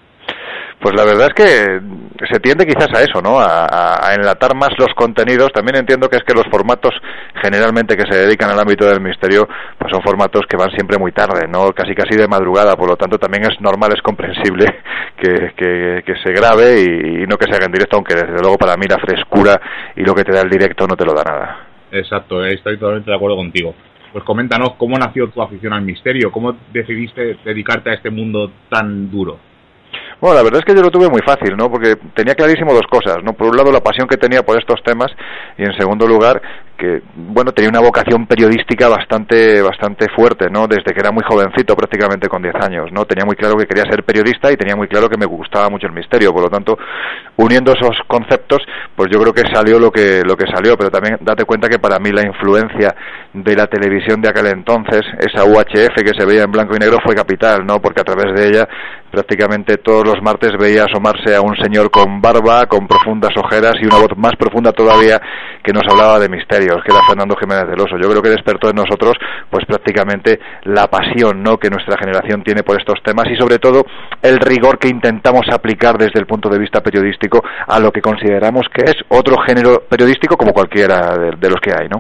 Pues la verdad es que se tiende quizás a eso, ¿no? A, a, a enlatar más los contenidos. También entiendo que es que los formatos generalmente que se dedican al ámbito del misterio, pues son formatos que van siempre muy tarde, ¿no? Casi casi de madrugada, por lo tanto también es normal, es comprensible que, que, que se grabe y, y no que se haga en directo, aunque desde luego para mí la frescura y lo que te da el directo no te lo da nada. Exacto, estoy totalmente de acuerdo contigo. Pues coméntanos cómo nació tu afición al misterio, cómo decidiste dedicarte a este mundo tan duro. Bueno, la verdad es que yo lo tuve muy fácil, ¿no? Porque tenía clarísimo dos cosas, ¿no? Por un lado, la pasión que tenía por estos temas y, en segundo lugar, que, bueno, tenía una vocación periodística bastante bastante fuerte, ¿no? Desde que era muy jovencito, prácticamente con diez años, ¿no? Tenía muy claro que quería ser periodista y tenía muy claro que me gustaba mucho el misterio. Por lo tanto, uniendo esos conceptos, pues yo creo que salió lo que lo que salió. Pero también date cuenta que para mí la influencia de la televisión de aquel entonces, esa U H F que se veía en blanco y negro, fue capital, ¿no? Porque a través de ella prácticamente todos los martes veía asomarse a un señor con barba, con profundas ojeras y una voz más profunda todavía, que nos hablaba de misterios, que era Fernando Jiménez del Oso. Yo creo que despertó en nosotros pues prácticamente la pasión, ¿no?, que nuestra generación tiene por estos temas, y sobre todo el rigor que intentamos aplicar desde el punto de vista periodístico a lo que consideramos que es otro género periodístico como cualquiera de, de los que hay, ¿no?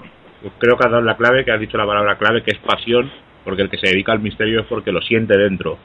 Yo creo que has dado la clave, que has dicho la palabra clave, que es pasión, porque el que se dedica al misterio es porque lo siente dentro.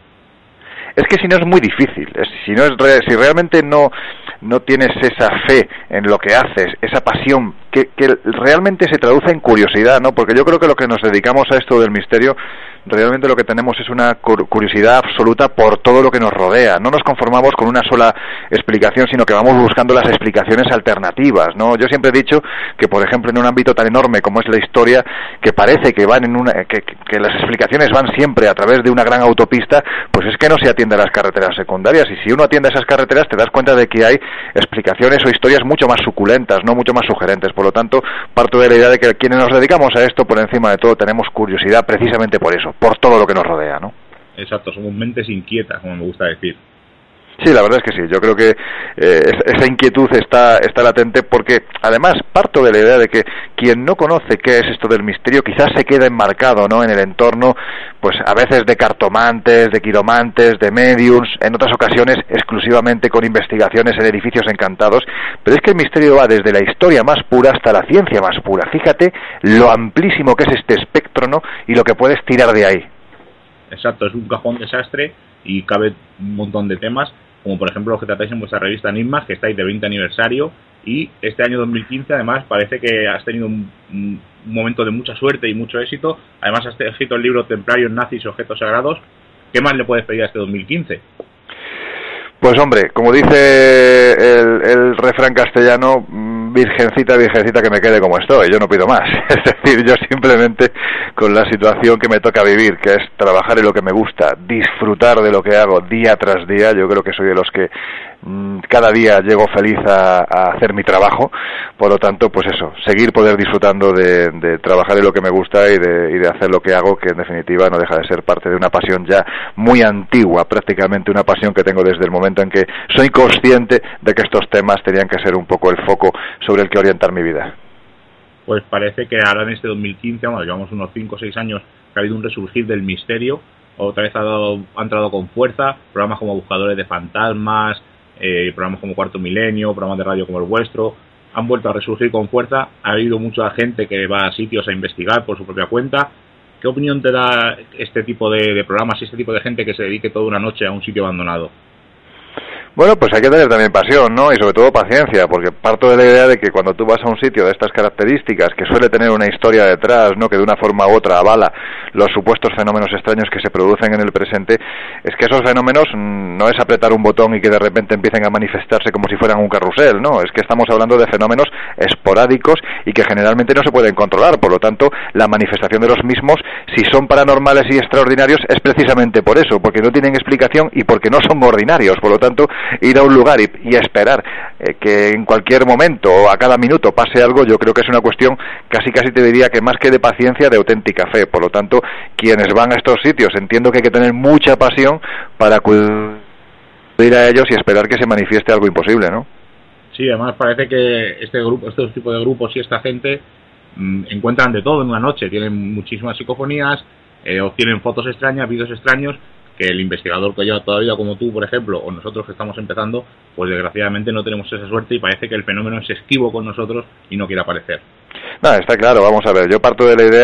Es que si no es muy difícil, es, si no es re, si realmente no no tienes esa fe en lo que haces, esa pasión que, que realmente se traduce en curiosidad, ¿no? Porque yo creo que lo que nos dedicamos a esto del misterio, realmente lo que tenemos es una curiosidad absoluta por todo lo que nos rodea. No nos conformamos con una sola explicación, sino que vamos buscando las explicaciones alternativas, ¿no? Yo siempre he dicho que, por ejemplo, en un ámbito tan enorme como es la historia, que parece que van en una que, que las explicaciones van siempre a través de una gran autopista, pues es que no se atiende a las carreteras secundarias. Y si uno atiende a esas carreteras, te das cuenta de que hay explicaciones o historias mucho más suculentas, no mucho más sugerentes. Por lo tanto, parto de la idea de que quienes nos dedicamos a esto, por encima de todo, tenemos curiosidad precisamente por eso, por todo lo que nos rodea, ¿no? Exacto, somos mentes inquietas, como me gusta decir. Sí, la verdad es que sí. Yo creo que eh, esa inquietud está está latente, porque además parto de la idea de que quien no conoce qué es esto del misterio quizás se queda enmarcado, ¿no?, en el entorno, pues a veces de cartomantes, de quiromantes, de mediums, en otras ocasiones exclusivamente con investigaciones en edificios encantados. Pero es que el misterio va desde la historia más pura hasta la ciencia más pura. Fíjate lo amplísimo que es este espectro, ¿no?, y lo que puedes tirar de ahí. Exacto, es un cajón desastre y cabe un montón de temas, como por ejemplo los que tratáis en vuestra revista Enigmas, que estáis de veinte aniversario, y este año dos mil quince además parece que has tenido un, un momento de mucha suerte y mucho éxito. Además has escrito el libro Templarios, Nazis y Objetos Sagrados. ¿Qué más le puedes pedir a este dos mil quince? Pues hombre, como dice el, el refrán castellano, virgencita, virgencita que me quede como estoy, yo no pido más. Es decir, yo simplemente con la situación que me toca vivir, que es trabajar en lo que me gusta, disfrutar de lo que hago día tras día, yo creo que soy de los que mmm, cada día llego feliz a, a hacer mi trabajo. Por lo tanto, pues eso, seguir poder disfrutando de, de trabajar en lo que me gusta y de, y de hacer lo que hago, que en definitiva no deja de ser parte de una pasión ya muy antigua, prácticamente una pasión que tengo desde el momento en que soy consciente de que estos temas tenían que ser un poco el foco sobre el que orientar mi vida. Pues parece que ahora en este dos mil quince, bueno, llevamos unos cinco o seis años, que ha habido un resurgir del misterio. Otra vez ha, dado, ha entrado con fuerza programas como Buscadores de Fantasmas, eh, programas como Cuarto Milenio, programas de radio como el vuestro, han vuelto a resurgir con fuerza. Ha habido mucha gente que va a sitios a investigar por su propia cuenta. ¿Qué opinión te da este tipo de, de programas y este tipo de gente que se dedique toda una noche a un sitio abandonado? Bueno, pues hay que tener también pasión, ¿no? Y sobre todo paciencia, porque parto de la idea de que cuando tú vas a un sitio de estas características, que suele tener una historia detrás, ¿no?, que de una forma u otra avala los supuestos fenómenos extraños que se producen en el presente, es que esos fenómenos no es apretar un botón y que de repente empiecen a manifestarse como si fueran un carrusel, ¿no? Es que estamos hablando de fenómenos esporádicos y que generalmente no se pueden controlar. Por lo tanto, la manifestación de los mismos, si son paranormales y extraordinarios, es precisamente por eso, porque no tienen explicación y porque no son ordinarios. Por lo tanto, ir a un lugar y, y esperar eh, que en cualquier momento o a cada minuto pase algo, yo creo que es una cuestión casi casi te diría que más que de paciencia, de auténtica fe. Por lo tanto, quienes van a estos sitios, entiendo que hay que tener mucha pasión para acudir a ellos y esperar que se manifieste algo imposible, ¿no? Sí, además parece que este grupo, estos tipos de grupos y esta gente mmm, encuentran de todo en una noche. Tienen muchísimas psicofonías, eh, obtienen fotos extrañas, vídeos extraños, que el investigador que lleva toda la vida, como tú, por ejemplo, o nosotros que estamos empezando, pues desgraciadamente no tenemos esa suerte y parece que el fenómeno es esquivo con nosotros y no quiere aparecer. No, está claro, vamos a ver, yo parto de la idea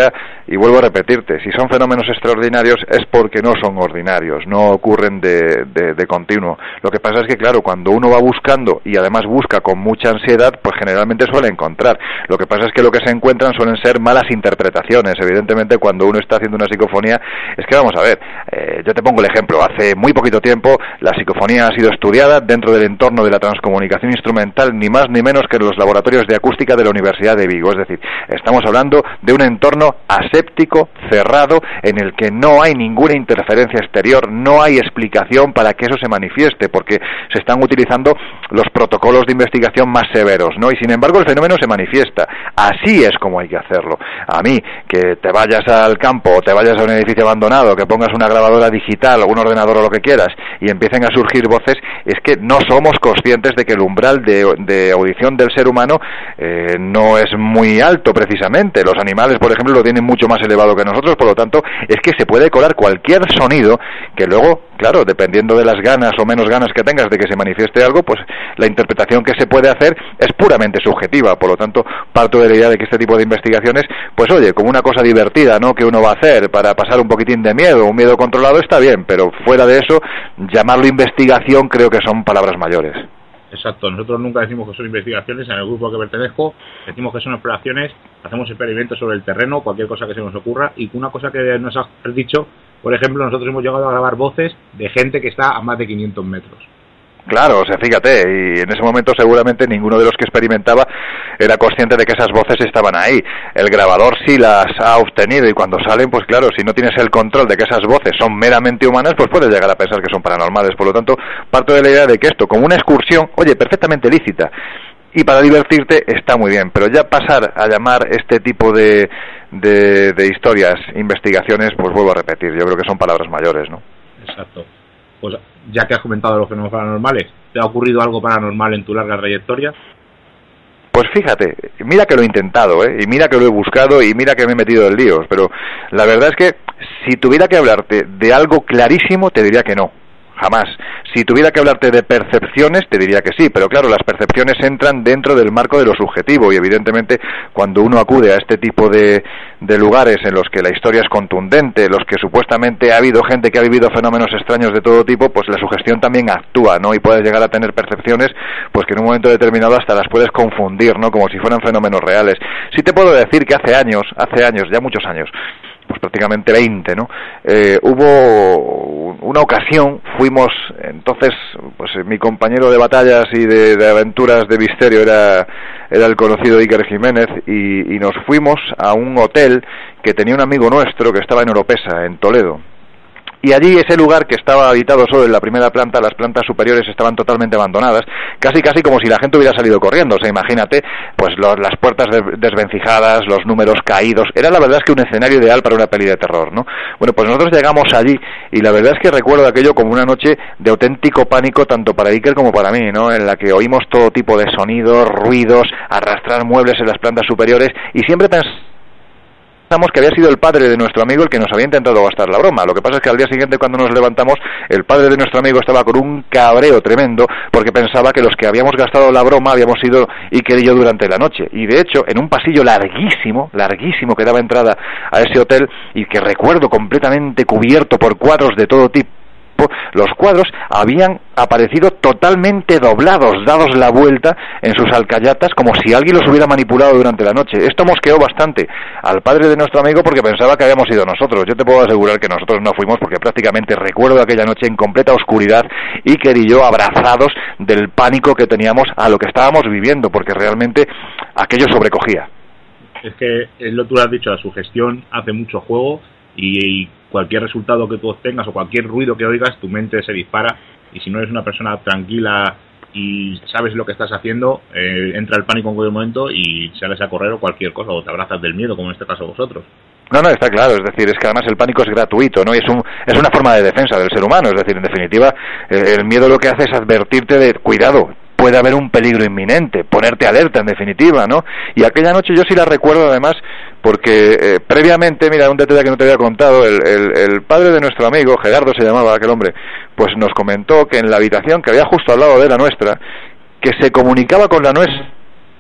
y vuelvo a repetirte, si son fenómenos extraordinarios es porque no son ordinarios, no ocurren de, de, de continuo. Lo que pasa es que, claro, cuando uno va buscando y además busca con mucha ansiedad, pues generalmente suele encontrar. Lo que pasa es que lo que se encuentran suelen ser malas interpretaciones. Evidentemente, cuando uno está haciendo una psicofonía, es que vamos a ver, eh, yo te pongo el ejemplo, hace muy poquito tiempo la psicofonía ha sido estudiada dentro del entorno de la transcomunicación instrumental, ni más ni menos que en los laboratorios de acústica de la Universidad de Vigo. Es decir, estamos hablando de un entorno aséptico, cerrado, en el que no hay ninguna interferencia exterior, no hay explicación para que eso se manifieste, porque se están utilizando los protocolos de investigación más severos, ¿no? Y sin embargo el fenómeno se manifiesta. Así es como hay que hacerlo. A mí, que te vayas al campo o te vayas a un edificio abandonado, que pongas una grabadora digital o un ordenador o lo que quieras y empiecen a surgir voces, es que no somos conscientes de que el umbral de, de audición del ser humano eh, no es muy alto precisamente. Los animales, por ejemplo, lo tienen mucho más elevado que nosotros, por lo tanto, es que se puede colar cualquier sonido que luego, claro, dependiendo de las ganas o menos ganas que tengas de que se manifieste algo, pues la interpretación que se puede hacer es puramente subjetiva. Por lo tanto, parto de la idea de que este tipo de investigaciones, pues oye, como una cosa divertida, ¿no?, que uno va a hacer para pasar un poquitín de miedo, un miedo controlado, está bien, pero fuera de eso, llamarlo investigación creo que son palabras mayores. Exacto, nosotros nunca decimos que son investigaciones, en el grupo al que pertenezco decimos que son exploraciones, hacemos experimentos sobre el terreno, cualquier cosa que se nos ocurra, y una cosa que nos has dicho, por ejemplo, nosotros hemos llegado a grabar voces de gente que está a más de quinientos metros. Claro, o sea, fíjate, y en ese momento seguramente ninguno de los que experimentaba era consciente de que esas voces estaban ahí. El grabador sí las ha obtenido y cuando salen, pues claro, si no tienes el control de que esas voces son meramente humanas, pues puedes llegar a pensar que son paranormales. Por lo tanto, parto de la idea de que esto, como una excursión, oye, perfectamente lícita, y para divertirte está muy bien, pero ya pasar a llamar este tipo de, de, de historias, investigaciones, pues vuelvo a repetir, yo creo que son palabras mayores, ¿no? Exacto. Pues ya que has comentado los fenómenos paranormales, ¿te ha ocurrido algo paranormal en tu larga trayectoria? Pues fíjate, mira que lo he intentado, ¿eh? Y mira que lo he buscado y mira que me he metido en líos, pero la verdad es que si tuviera que hablarte de algo clarísimo, te diría que no. Jamás. Si tuviera que hablarte de percepciones, te diría que sí, pero claro, las percepciones entran dentro del marco de lo subjetivo y evidentemente cuando uno acude a este tipo de, de lugares en los que la historia es contundente, los que supuestamente ha habido gente que ha vivido fenómenos extraños de todo tipo, pues la sugestión también actúa, ¿no? Y puedes llegar a tener percepciones pues que en un momento determinado hasta las puedes confundir, ¿no? Como si fueran fenómenos reales. Sí te puedo decir que hace años, hace años, ya muchos años, pues prácticamente veinte, ¿no? Eh, hubo una ocasión, fuimos, entonces, pues mi compañero de batallas y de, de aventuras de misterio era, era el conocido Iker Jiménez, y, y nos fuimos a un hotel que tenía un amigo nuestro que estaba en Oropesa, en Toledo. Y allí, ese lugar que estaba habitado solo en la primera planta, las plantas superiores estaban totalmente abandonadas, casi casi como si la gente hubiera salido corriendo. O sea, imagínate, pues lo, las puertas de, desvencijadas, los números caídos. Era la verdad es que un escenario ideal para una peli de terror, ¿no? Bueno, pues nosotros llegamos allí y la verdad es que recuerdo aquello como una noche de auténtico pánico tanto para Iker como para mí, ¿no? En la que oímos todo tipo de sonidos, ruidos, arrastrar muebles en las plantas superiores y siempre pensamos que había sido el padre de nuestro amigo el que nos había intentado gastar la broma. Lo que pasa es que al día siguiente, cuando nos levantamos, el padre de nuestro amigo estaba con un cabreo tremendo porque pensaba que los que habíamos gastado la broma habíamos sido Iker y yo durante la noche. Y de hecho, en un pasillo larguísimo, larguísimo que daba entrada a ese hotel y que recuerdo completamente cubierto por cuadros de todo tipo, los cuadros habían aparecido totalmente doblados, dados la vuelta en sus alcayatas como si alguien los hubiera manipulado durante la noche. Esto mosqueó bastante al padre de nuestro amigo porque pensaba que habíamos sido nosotros. Yo te puedo asegurar que nosotros no fuimos porque prácticamente recuerdo aquella noche en completa oscuridad, Iker y yo abrazados del pánico que teníamos a lo que estábamos viviendo, porque realmente aquello sobrecogía. Es que lo tú lo has dicho, la sugestión hace mucho juego y, y cualquier resultado que tú obtengas o cualquier ruido que oigas, tu mente se dispara, y si no eres una persona tranquila y sabes lo que estás haciendo, eh, entra el pánico en cualquier momento y sales a correr o cualquier cosa, o te abrazas del miedo, como en este caso vosotros. No, no, está claro, es decir, es que además el pánico es gratuito, ¿no? Y es un es una forma de defensa del ser humano, es decir, en definitiva, eh, el miedo lo que hace es advertirte de, cuidado, puede haber un peligro inminente, ponerte alerta en definitiva, ¿no? Y aquella noche yo sí la recuerdo además porque eh, previamente, mira, un detalle que no te había contado, el, el, el padre de nuestro amigo, Gerardo se llamaba aquel hombre, pues nos comentó que en la habitación que había justo al lado de la nuestra, que se comunicaba con la nuestra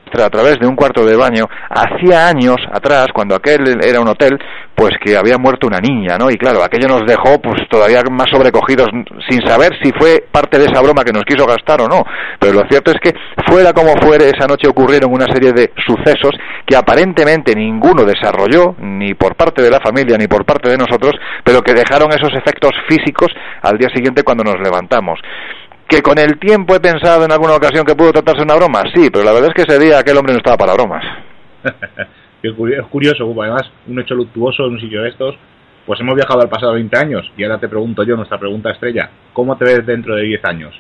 a través de un cuarto de baño. Hacía años atrás, cuando aquel era un hotel, pues que había muerto una niña, ¿no? Y claro, aquello nos dejó pues todavía más sobrecogidos, sin saber si fue parte de esa broma que nos quiso gastar o no. Pero lo cierto es que, fuera como fuere, esa noche ocurrieron una serie de sucesos que aparentemente ninguno desarrolló, ni por parte de la familia ni por parte de nosotros, pero que dejaron esos efectos físicos al día siguiente cuando nos levantamos. ¿Que con el tiempo he pensado en alguna ocasión que pudo tratarse una broma? Sí, pero la verdad es que ese día aquel hombre no estaba para bromas. Es curioso, además, un hecho luctuoso en un sitio de estos. Pues hemos viajado al pasado veinte años y ahora te pregunto yo, nuestra pregunta estrella, ¿cómo te ves dentro de diez años?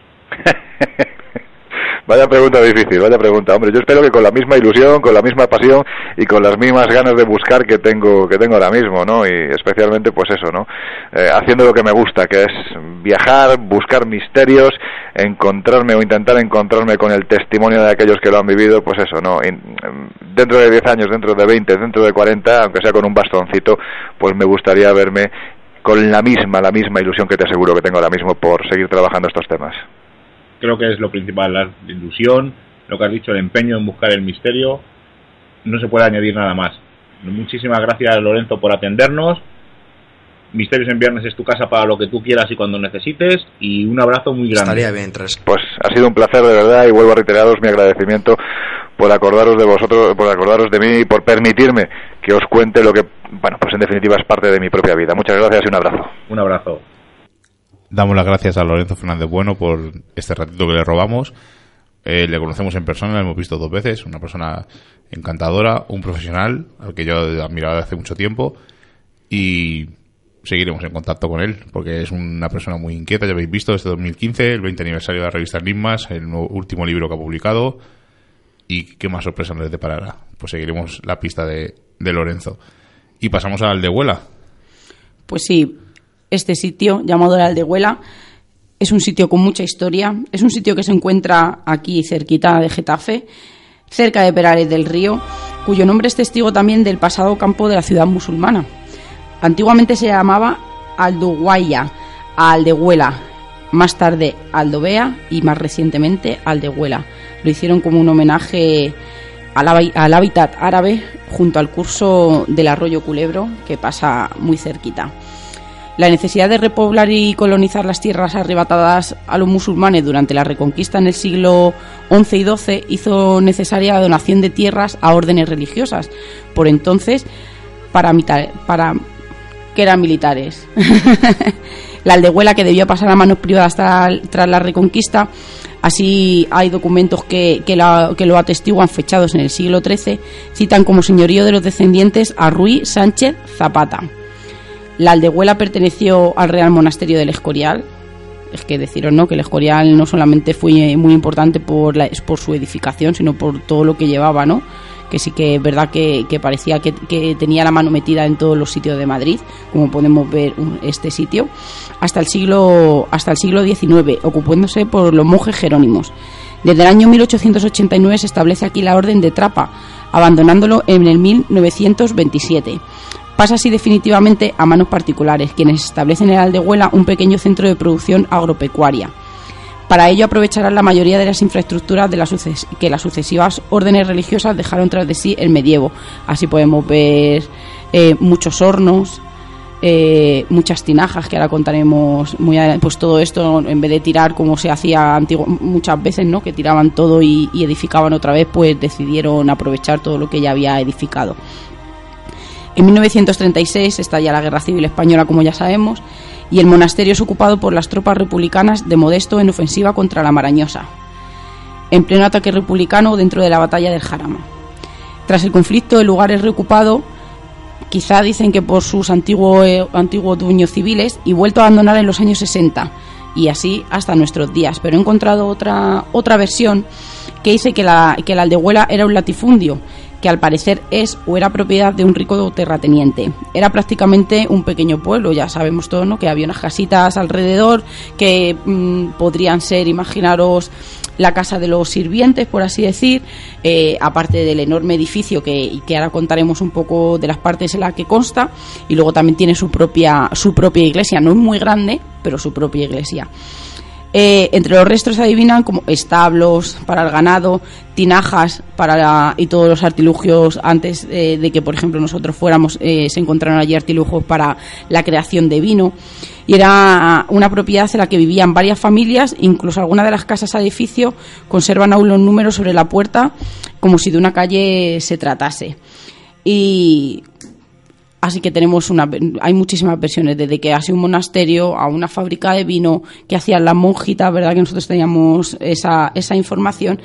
Vaya pregunta difícil, vaya pregunta, hombre. Yo espero que con la misma ilusión, con la misma pasión y con las mismas ganas de buscar que tengo que tengo ahora mismo, ¿no? Y especialmente, pues eso, ¿no? Eh, haciendo lo que me gusta, que es viajar, buscar misterios, encontrarme o intentar encontrarme con el testimonio de aquellos que lo han vivido, pues eso, ¿no? Y dentro de diez años, dentro de veinte, dentro de cuarenta, aunque sea con un bastoncito, pues me gustaría verme con la misma, la misma ilusión que te aseguro que tengo ahora mismo por seguir trabajando estos temas. Creo que es lo principal, la ilusión, lo que has dicho, el empeño en buscar el misterio. No se puede añadir nada más. Muchísimas gracias, Lorenzo, por atendernos. Misterios en Viernes es tu casa para lo que tú quieras y cuando necesites, y un abrazo muy grande. Estaría bien, tres. Pues ha sido un placer, de verdad, y vuelvo a reiteraros mi agradecimiento por acordaros de vosotros, por acordaros de mí y por permitirme que os cuente lo que, bueno, pues en definitiva es parte de mi propia vida. Muchas gracias y un abrazo. Un abrazo. Damos las gracias a Lorenzo Fernández Bueno por este ratito que le robamos. Eh, le conocemos en persona, le hemos visto dos veces, una persona encantadora, un profesional al que yo he admirado desde hace mucho tiempo, y seguiremos en contacto con él porque es una persona muy inquieta. Ya habéis visto desde dos mil quince, el veinte aniversario de la revista Enigmas, el nuevo, último libro que ha publicado, y qué más sorpresa nos deparará. Pues seguiremos la pista de, de Lorenzo. Y pasamos a Aldehuela. Pues sí. Este sitio, llamado la Aldehuela, es un sitio con mucha historia. Es un sitio que se encuentra aquí cerquita de Getafe, cerca de Perales del Río, cuyo nombre es testigo también del pasado campo de la ciudad musulmana. Antiguamente se llamaba Alduguaya, Aldehuela, más tarde Aldovea y más recientemente Aldehuela. Lo hicieron como un homenaje al, al hábitat árabe junto al curso del arroyo Culebro, que pasa muy cerquita. La necesidad de repoblar y colonizar las tierras arrebatadas a los musulmanes durante la Reconquista en el siglo once y doce hizo necesaria la donación de tierras a órdenes religiosas, por entonces paramita- para que eran militares. La Aldehuela, que debía pasar a manos privadas tras, tras la Reconquista, así hay documentos que, que, la, que lo atestiguan, fechados en el siglo trece, citan como señorío de los descendientes a Ruiz Sánchez Zapata. La Aldehuela perteneció al Real Monasterio del Escorial. Es que deciros, ¿no?, que el Escorial no solamente fue muy importante por, la, por su edificación, sino por todo lo que llevaba, ¿no? Que sí que es verdad que, que parecía que, que tenía la mano metida en todos los sitios de Madrid, como podemos ver este sitio, hasta el siglo hasta el siglo diecinueve, ocupándose por los monjes jerónimos. Desde el año mil ochocientos ochenta y nueve se establece aquí la Orden de Trapa, abandonándolo en el mil novecientos veintisiete. Pasa así definitivamente a manos particulares, quienes establecen en Aldehuela un pequeño centro de producción agropecuaria. Para ello aprovecharán la mayoría de las infraestructuras de la suces- que las sucesivas órdenes religiosas dejaron tras de sí el medievo. Así podemos ver eh, muchos hornos, eh, muchas tinajas, que ahora contaremos muy a, pues todo esto, en vez de tirar como se hacía antiguo, muchas veces, ¿no?, que tiraban todo y, y edificaban otra vez, pues decidieron aprovechar todo lo que ya había edificado. En mil novecientos treinta y seis estalla la Guerra Civil Española, como ya sabemos, y el monasterio es ocupado por las tropas republicanas de Modesto en ofensiva contra la Marañosa, en pleno ataque republicano dentro de la batalla del Jarama. Tras el conflicto, el lugar es reocupado, quizá dicen que por sus antiguos, eh, antiguos dueños civiles, y vuelto a abandonar en los años sesenta, y así hasta nuestros días. Pero he encontrado otra, otra versión que dice que la, que la Aldehuela era un latifundio, que al parecer es o era propiedad de un rico terrateniente. Era prácticamente un pequeño pueblo, ya sabemos todos, ¿no?, que había unas casitas alrededor que mmm, podrían ser, imaginaros, la casa de los sirvientes, por así decir, eh, aparte del enorme edificio que, que ahora contaremos un poco de las partes en las que consta, y luego también tiene su propia, su propia iglesia. No es muy grande, pero su propia iglesia. Eh, entre los restos se adivinan como establos para el ganado, tinajas para la, y todos los artilugios antes eh, de que, por ejemplo, nosotros fuéramos, eh, se encontraron allí artilugios para la creación de vino. Y era una propiedad en la que vivían varias familias, incluso algunas de las casas a edificio conservan aún los números sobre la puerta como si de una calle se tratase. Y así que tenemos una, hay muchísimas versiones, desde que ha sido un monasterio a una fábrica de vino que hacían las monjitas, verdad que nosotros teníamos esa, esa información.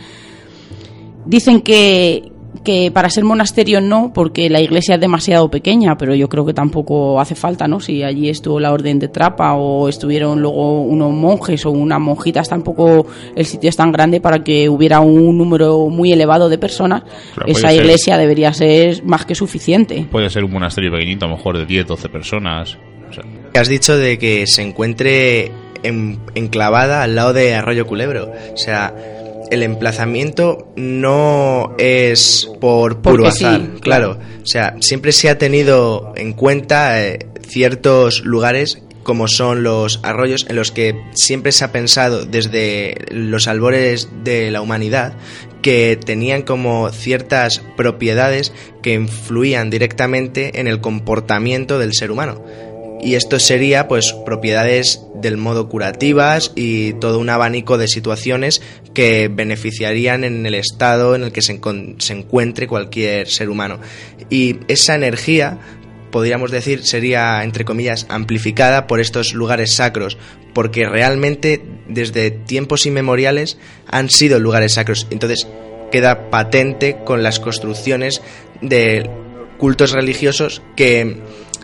Dicen que, que para ser monasterio no, porque la iglesia es demasiado pequeña, pero yo creo que tampoco hace falta, ¿no? Si allí estuvo la orden de Trapa o estuvieron luego unos monjes o unas monjitas, tampoco el sitio es tan grande para que hubiera un número muy elevado de personas. Pero esa iglesia ser, debería ser más que suficiente. Puede ser un monasterio pequeñito, a lo mejor de diez, doce personas. O sea. Has dicho de que se encuentre en, enclavada al lado de Arroyo Culebro, o sea, el emplazamiento no es por puro azar, sí, claro. O sea, siempre se ha tenido en cuenta eh, ciertos lugares como son los arroyos en los que siempre se ha pensado desde los albores de la humanidad que tenían como ciertas propiedades que influían directamente en el comportamiento del ser humano. Y esto sería, pues, propiedades del modo curativas y todo un abanico de situaciones que beneficiarían en el estado en el que se, encon- se encuentre cualquier ser humano. Y esa energía, podríamos decir, sería, entre comillas, amplificada por estos lugares sacros, porque realmente desde tiempos inmemoriales han sido lugares sacros. Entonces queda patente con las construcciones de cultos religiosos que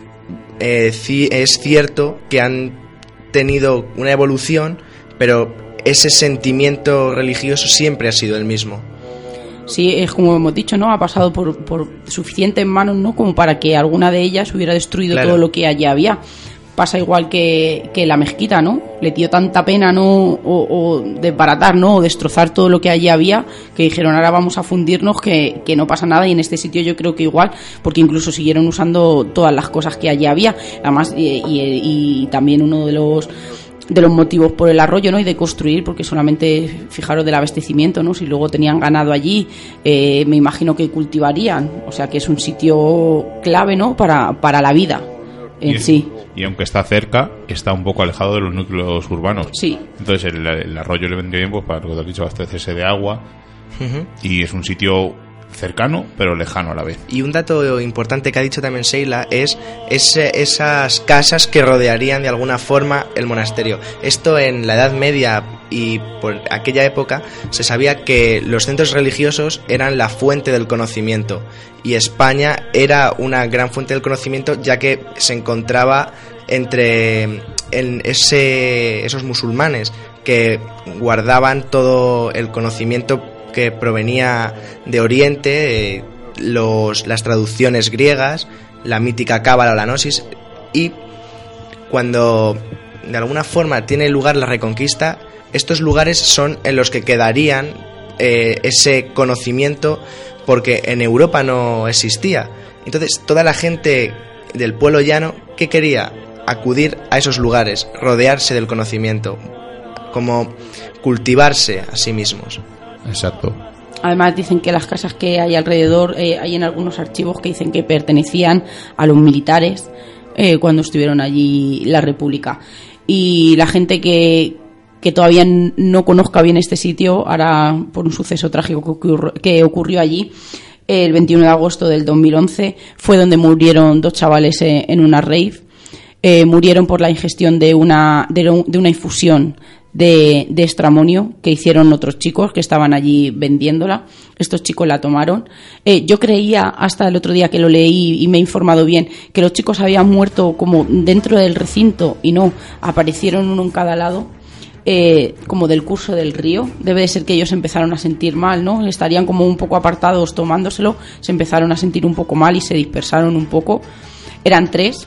eh, es cierto que han tenido una evolución, pero ese sentimiento religioso siempre ha sido el mismo. Sí, es como hemos dicho, ¿no? Ha pasado por, por suficientes manos, ¿no? Como para que alguna de ellas hubiera destruido claro. todo lo que allí había. Pasa igual que, que la mezquita, ¿no? Le dio tanta pena, ¿no? O, o desbaratar, ¿no? O destrozar todo lo que allí había, que dijeron, ahora vamos a fundirnos, que, que no pasa nada. Y en este sitio yo creo que igual, porque incluso siguieron usando todas las cosas que allí había. Además, y, y, y también uno de los... de los motivos por el arroyo, ¿no? Y de construir, porque solamente, fijaros, del abastecimiento, ¿no? Si luego tenían ganado allí, eh, me imagino que cultivarían, o sea que es un sitio clave, ¿no? Para, para la vida en y, sí. Y aunque está cerca, está un poco alejado de los núcleos urbanos. Sí. Entonces el, el arroyo le vendría bien, pues, para lo que te has dicho, abastecerse de agua. Uh-huh. Y es un sitio cercano pero lejano a la vez. Y un dato importante que ha dicho también Sheila es ese, esas casas que rodearían de alguna forma el monasterio. Esto en la Edad Media y por aquella época se sabía que los centros religiosos eran la fuente del conocimiento y España era una gran fuente del conocimiento, ya que se encontraba entre en ese, esos musulmanes que guardaban todo el conocimiento que provenía de Oriente, eh, los, las traducciones griegas, la mítica cábala o la gnosis, y cuando de alguna forma tiene lugar la reconquista, estos lugares son en los que quedarían eh, ese conocimiento, porque en Europa no existía. Entonces toda la gente del pueblo llano, ¿qué quería? Acudir a esos lugares, rodearse del conocimiento, como cultivarse a sí mismos. Exacto. Además dicen que las casas que hay alrededor, eh, hay en algunos archivos que dicen que pertenecían a los militares eh, cuando estuvieron allí la República. Y la gente que, que todavía no conozca bien este sitio, ahora por un suceso trágico que ocurrió, que ocurrió allí, el veintiuno de agosto del dos mil once, fue donde murieron dos chavales eh, en una rave. Eh, murieron por la ingestión de una, de, de una infusión De, de estramonio que hicieron otros chicos que estaban allí vendiéndola. Estos chicos la tomaron. Eh, yo creía hasta el otro día que lo leí y me he informado bien que los chicos habían muerto como dentro del recinto y no, aparecieron uno en cada lado, eh, como del curso del río. Debe de ser que ellos empezaron a sentir mal, ¿no? Estarían como un poco apartados tomándoselo, se empezaron a sentir un poco mal y se dispersaron un poco. Eran tres.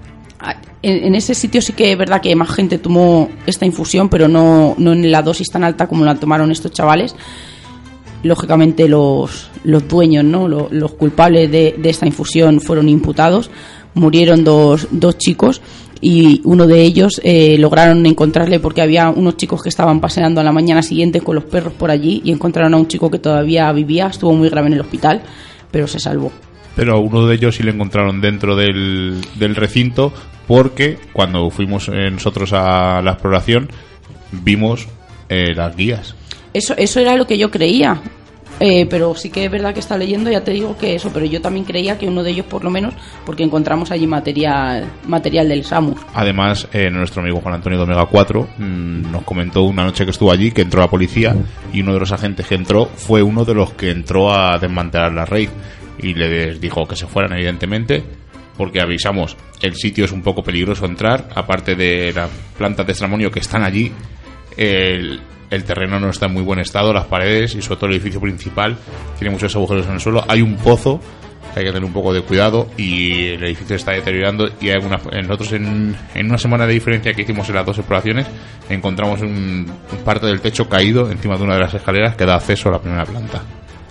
En, en ese sitio sí que es verdad que más gente tomó esta infusión, pero no, no en la dosis tan alta como la tomaron estos chavales. Lógicamente los, los dueños, ¿no? Los, los culpables de, de esta infusión fueron imputados. Murieron dos, dos chicos y uno de ellos eh, lograron encontrarle porque había unos chicos que estaban paseando a la mañana siguiente con los perros por allí y encontraron a un chico que todavía vivía, estuvo muy grave en el hospital, pero se salvó. Pero a uno de ellos sí le encontraron dentro del, del recinto, porque cuando fuimos eh, nosotros a la exploración vimos eh, las guías. Eso, eso era lo que yo creía. Eh, pero sí que es verdad que está leyendo, ya te digo que eso, pero yo también creía que uno de ellos por lo menos, porque encontramos allí material material del SAMUR. Además, eh, nuestro amigo Juan Antonio de Omega cuatro mmm, nos comentó una noche que estuvo allí que entró la policía y uno de los agentes que entró fue uno de los que entró a desmantelar la raid y les dijo que se fueran, evidentemente, porque avisamos, el sitio es un poco peligroso entrar, aparte de las plantas de extramonio que están allí, el El terreno no está en muy buen estado, las paredes y sobre todo el edificio principal tiene muchos agujeros en el suelo. Hay un pozo que hay que tener un poco de cuidado y el edificio se está deteriorando. Y hay algunas, nosotros en, en una semana de diferencia que hicimos en las dos exploraciones encontramos un, un parte del techo caído encima de una de las escaleras que da acceso a la primera planta.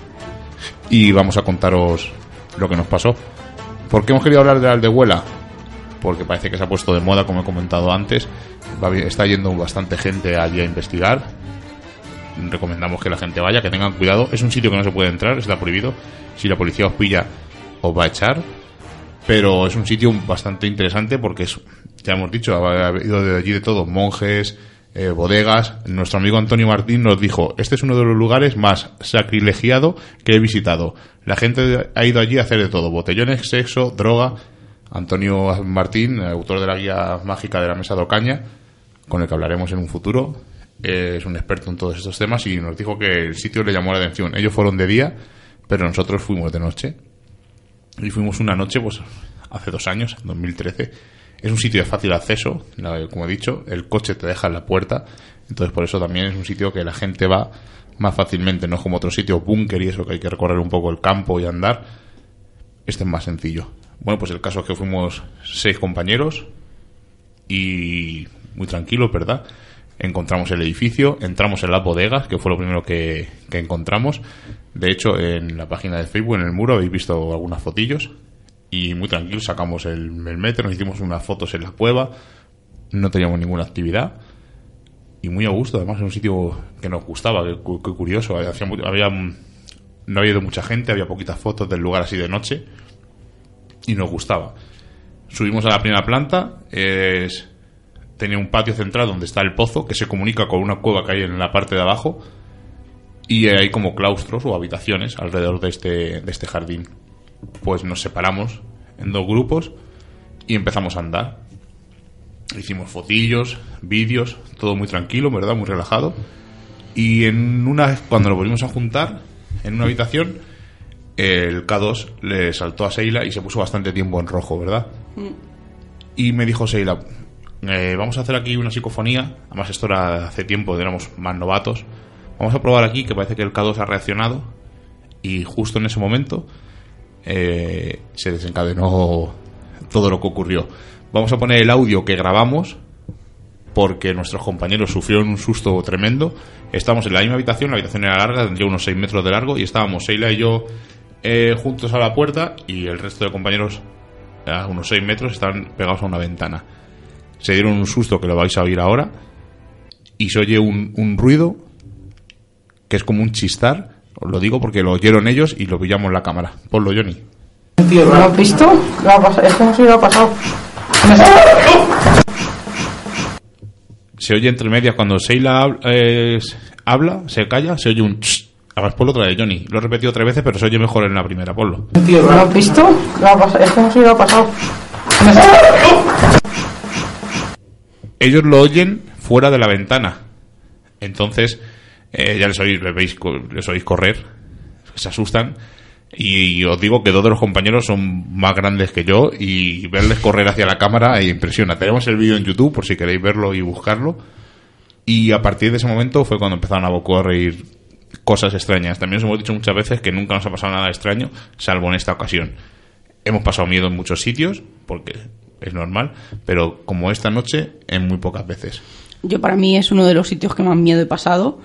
Y vamos a contaros lo que nos pasó. ¿Por qué hemos querido hablar de la Aldehuela? Porque parece que se ha puesto de moda, como he comentado antes. Va bien, está yendo bastante gente allí a investigar. Recomendamos que la gente vaya, que tengan cuidado. Es un sitio que no se puede entrar, está prohibido. Si la policía os pilla, os va a echar. Pero es un sitio bastante interesante porque es, ya hemos dicho, ha habido de allí de todo, monjes, eh, bodegas. Nuestro amigo Antonio Martín nos dijo, este es uno de los lugares más sacrilegiado que he visitado. La gente ha ido allí a hacer de todo, botellones, sexo, droga. Antonio Martín, autor de la guía mágica de la Mesa de Ocaña, con el que hablaremos en un futuro, es un experto en todos estos temas y nos dijo que el sitio le llamó la atención. Ellos fueron de día, pero nosotros fuimos de noche. Y fuimos una noche, pues, hace dos años, en dos mil trece. Es un sitio de fácil acceso, como he dicho, el coche te deja en la puerta, entonces por eso también es un sitio que la gente va más fácilmente, no es como otros sitios, búnker y eso, que hay que recorrer un poco el campo y andar. Este es más sencillo. Bueno, pues el caso es que fuimos seis compañeros y muy tranquilos, ¿verdad? Encontramos el edificio, entramos en las bodegas, que fue lo primero que, que encontramos. De hecho, en la página de Facebook, en el muro, habéis visto algunas fotillos. Y muy tranquilos, sacamos el, el metro, nos hicimos unas fotos en la cueva. No teníamos ninguna actividad. Y muy a gusto, además, en un sitio que nos gustaba, que, que curioso. Hacía, había, no había ido mucha gente, había poquitas fotos del lugar así de noche. Y nos gustaba. Subimos a la primera planta, es... tenía un patio central donde está el pozo que se comunica con una cueva que hay en la parte de abajo y hay como claustros o habitaciones alrededor de este, de este jardín. Pues nos separamos en dos grupos y empezamos a andar. Hicimos fotillos, vídeos, todo muy tranquilo, ¿verdad? Muy relajado. Y en una, cuando nos volvimos a juntar en una habitación, el K dos le saltó a Seila y se puso bastante tiempo en rojo, ¿verdad? Mm. Y me dijo Seila, Eh, vamos a hacer aquí una psicofonía. Además esto era hace tiempo, éramos más novatos. Vamos a probar aquí, que parece que el K dos ha reaccionado. Y justo en ese momento eh, se desencadenó todo lo que ocurrió. Vamos a poner el audio que grabamos, porque nuestros compañeros sufrieron un susto tremendo. Estábamos en la misma habitación, la habitación era larga, tendría unos seis metros de largo, y estábamos Seila y yo eh, juntos a la puerta, y el resto de compañeros a unos seis metros estaban pegados a una ventana. Se dieron un susto que lo vais a oír ahora y se oye un, un ruido que es como un chistar. Os lo digo porque lo oyeron ellos y lo pillamos en la cámara. Ponlo, Johnny. Tío, ¿lo has visto? ¿Qué ha pasado? Es como si lo ha pasado. Se oye entre medias cuando Seila eh, habla, se calla, se oye un tss. Además, ponlo otra vez, Johnny. Lo he repetido tres veces, pero se oye mejor en la primera. Ponlo. Tío, ¿lo has visto? ¿Qué ha pasado? Es como si lo ha pasado. Ellos lo oyen fuera de la ventana. Entonces, eh, ya les oís, les, veis, les oís correr, se asustan. Y os digo que dos de los compañeros son más grandes que yo y verles correr hacia la cámara e impresiona. Tenemos el vídeo en YouTube por si queréis verlo y buscarlo. Y a partir de ese momento fue cuando empezaron a ocurrir cosas extrañas. También os hemos dicho muchas veces que nunca nos ha pasado nada extraño, salvo en esta ocasión. Hemos pasado miedo en muchos sitios, porque es normal, pero como esta noche, en muy pocas veces. Yo, para mí, es uno de los sitios que más miedo he pasado.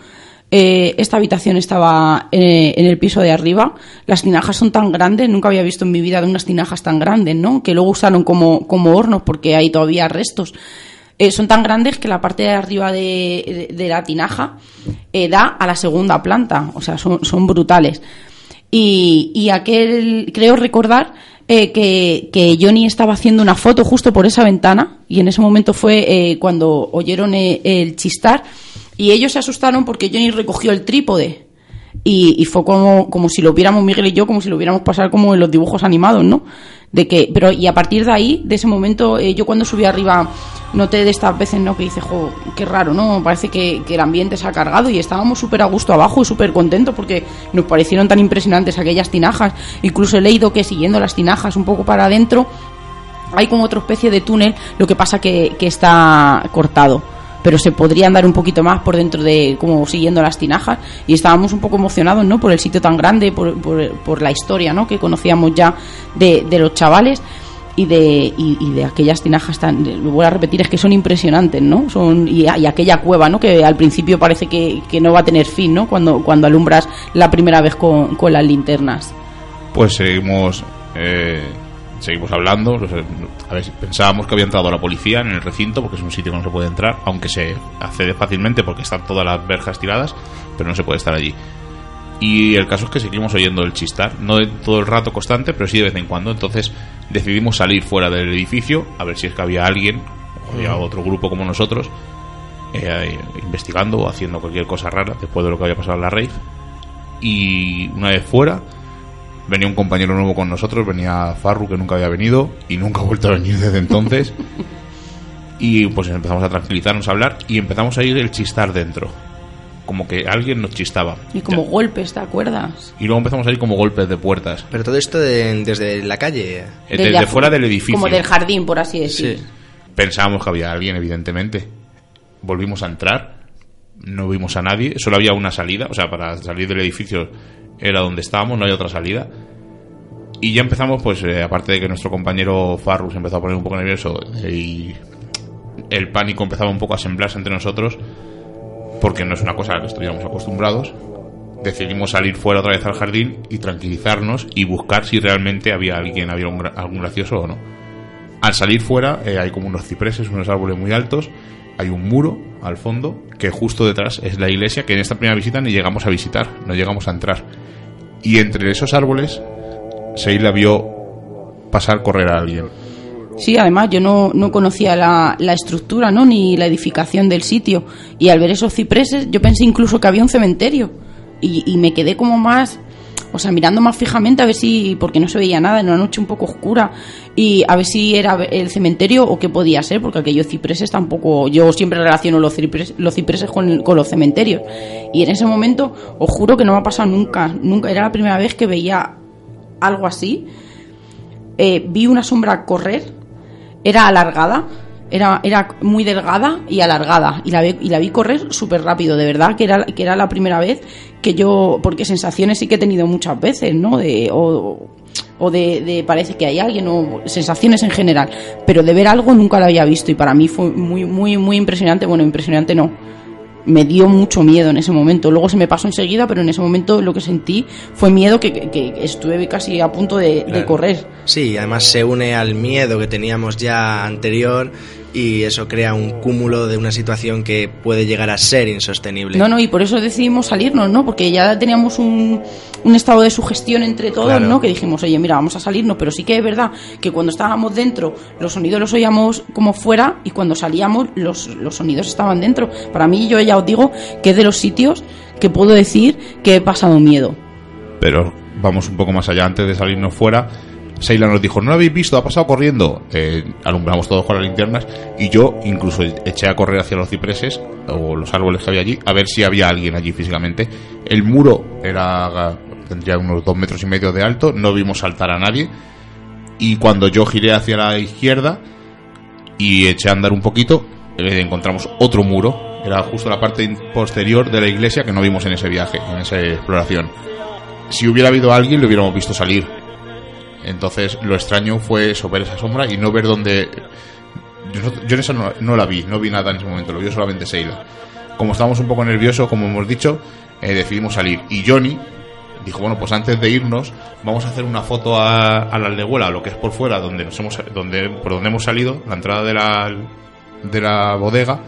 Eh, esta habitación estaba eh, en el piso de arriba. Las tinajas son tan grandes, nunca había visto en mi vida de unas tinajas tan grandes, ¿no? Que luego usaron como, como hornos porque hay todavía restos. Eh, son tan grandes que la parte de arriba de, de, de la tinaja eh, da a la segunda planta, o sea, son, son brutales. Y, y aquel, creo recordar eh, que, que Johnny estaba haciendo una foto justo por esa ventana, y en ese momento fue eh, cuando oyeron eh, el chistar, y ellos se asustaron porque Johnny recogió el trípode. Y, y fue como, como si lo viéramos Miguel y yo, como si lo viéramos pasar como en los dibujos animados, ¿no? De que, pero y a partir de ahí, de ese momento, eh, yo cuando subí arriba noté de estas veces, ¿no? Que dice, jo, qué raro, ¿no? Parece que, que el ambiente se ha cargado, y estábamos súper a gusto abajo y súper contentos porque nos parecieron tan impresionantes aquellas tinajas. Incluso he leído que siguiendo las tinajas un poco para adentro hay como otra especie de túnel, lo que pasa que, que está cortado, pero se podría andar un poquito más por dentro de, como siguiendo las tinajas, y estábamos un poco emocionados, ¿no? Por el sitio tan grande, por, por, por la historia, ¿no? Que conocíamos ya de, de los chavales y de, y, y de aquellas tinajas tan, lo voy a repetir, es que son impresionantes, ¿no? Son, y, y aquella cueva, ¿no? Que al principio parece que, que no va a tener fin, ¿no? Cuando, cuando alumbras la primera vez con, con las linternas. Pues seguimos... Eh... Seguimos hablando. A ver, pensábamos que había entrado la policía en el recinto porque es un sitio que no se puede entrar, aunque se accede fácilmente porque están todas las verjas tiradas, pero no se puede estar allí. Y el caso es que seguimos oyendo el chistar, no de todo el rato constante, pero sí de vez en cuando. Entonces decidimos salir fuera del edificio a ver si es que había alguien, o había otro grupo como nosotros, eh, investigando o haciendo cualquier cosa rara después de lo que había pasado en la rave. Y una vez fuera, venía un compañero nuevo con nosotros, venía Farru, que nunca había venido y nunca ha vuelto a venir desde entonces. Y pues empezamos a tranquilizarnos, a hablar, y empezamos a ir el chistar dentro, como que alguien nos chistaba. Y como ya. Golpes, ¿te acuerdas? Y luego empezamos a ir como golpes de puertas. Pero todo esto de, desde la calle. Eh, desde, desde fuera del edificio. Como del jardín, por así decir. Sí. Pensábamos que había alguien, evidentemente. Volvimos a entrar, no vimos a nadie, solo había una salida, o sea, para salir del edificio era donde estábamos, no hay otra salida. Y ya empezamos, pues, eh, aparte de que nuestro compañero Farru se empezó a poner un poco nervioso, eh, y el pánico empezaba un poco a semblarse entre nosotros, porque no es una cosa a la que estuviéramos acostumbrados. Decidimos salir fuera otra vez al jardín y tranquilizarnos y buscar si realmente había alguien, había un, algún gracioso o no. Al salir fuera, eh, hay como unos cipreses, unos árboles muy altos, hay un muro al fondo, que justo detrás es la iglesia, que en esta primera visita ni llegamos a visitar, no llegamos a entrar. Y entre esos árboles, Seila vio pasar, correr a alguien. Sí, además yo no, no conocía la, la estructura, ¿no? Ni la edificación del sitio, y al ver esos cipreses yo pensé incluso que había un cementerio, y, y me quedé como más, o sea, mirando más fijamente a ver si, porque no se veía nada en una noche un poco oscura, y a ver si era el cementerio o qué podía ser, porque aquellos cipreses tampoco, yo siempre relaciono los cipreses, los cipreses con, con los cementerios, y en ese momento os juro que no me ha pasado nunca, nunca, era la primera vez que veía algo así. Eh, vi una sombra correr, era alargada, era, era muy delgada y alargada, y la, vi, y la vi correr súper rápido, de verdad que era, que era la primera vez que yo, porque sensaciones sí que he tenido muchas veces, ¿no? De, o o de, de parece que hay alguien, o sensaciones en general, pero de ver algo nunca lo había visto, y para mí fue muy, muy, muy impresionante. Bueno, impresionante no, me dio mucho miedo en ese momento. Luego se me pasó enseguida, pero en ese momento lo que sentí fue miedo, que, que, que estuve casi a punto de, claro. de correr. Sí, además se une al miedo que teníamos ya anterior, y eso crea un cúmulo de una situación que puede llegar a ser insostenible. No, no, y por eso decidimos salirnos, ¿no? Porque ya teníamos un, un estado de sugestión entre todos, claro. ¿no? Que dijimos, oye, mira, vamos a salirnos, pero sí que es verdad que cuando estábamos dentro los sonidos los oíamos como fuera, y cuando salíamos los, los sonidos estaban dentro. Para mí, yo ya os digo que es de los sitios que puedo decir que he pasado miedo. Pero vamos un poco más allá. Antes de salirnos fuera, Seila nos dijo, ¿no lo habéis visto? Ha pasado corriendo. Eh, alumbramos todos con las linternas, y yo incluso eché a correr hacia los cipreses o los árboles que había allí, a ver si había alguien allí físicamente. El muro era tendría unos dos metros y medio de alto, no vimos saltar a nadie, y cuando yo giré hacia la izquierda y eché a andar un poquito, eh, encontramos otro muro. Era justo la parte posterior de la iglesia que no vimos en ese viaje, en esa exploración. Si hubiera habido alguien, lo hubiéramos visto salir. Entonces lo extraño fue eso, ver esa sombra y no ver dónde. Yo, no, yo en esa no, no la vi, no vi nada en ese momento, lo vio solamente Seila. como estábamos un poco nerviosos, como hemos dicho, eh, decidimos salir. Y Johnny dijo, bueno, pues antes de irnos vamos a hacer una foto a, a la aldehuela, lo que es por fuera, donde nos hemos, donde, por donde hemos salido, la entrada de la, de la bodega,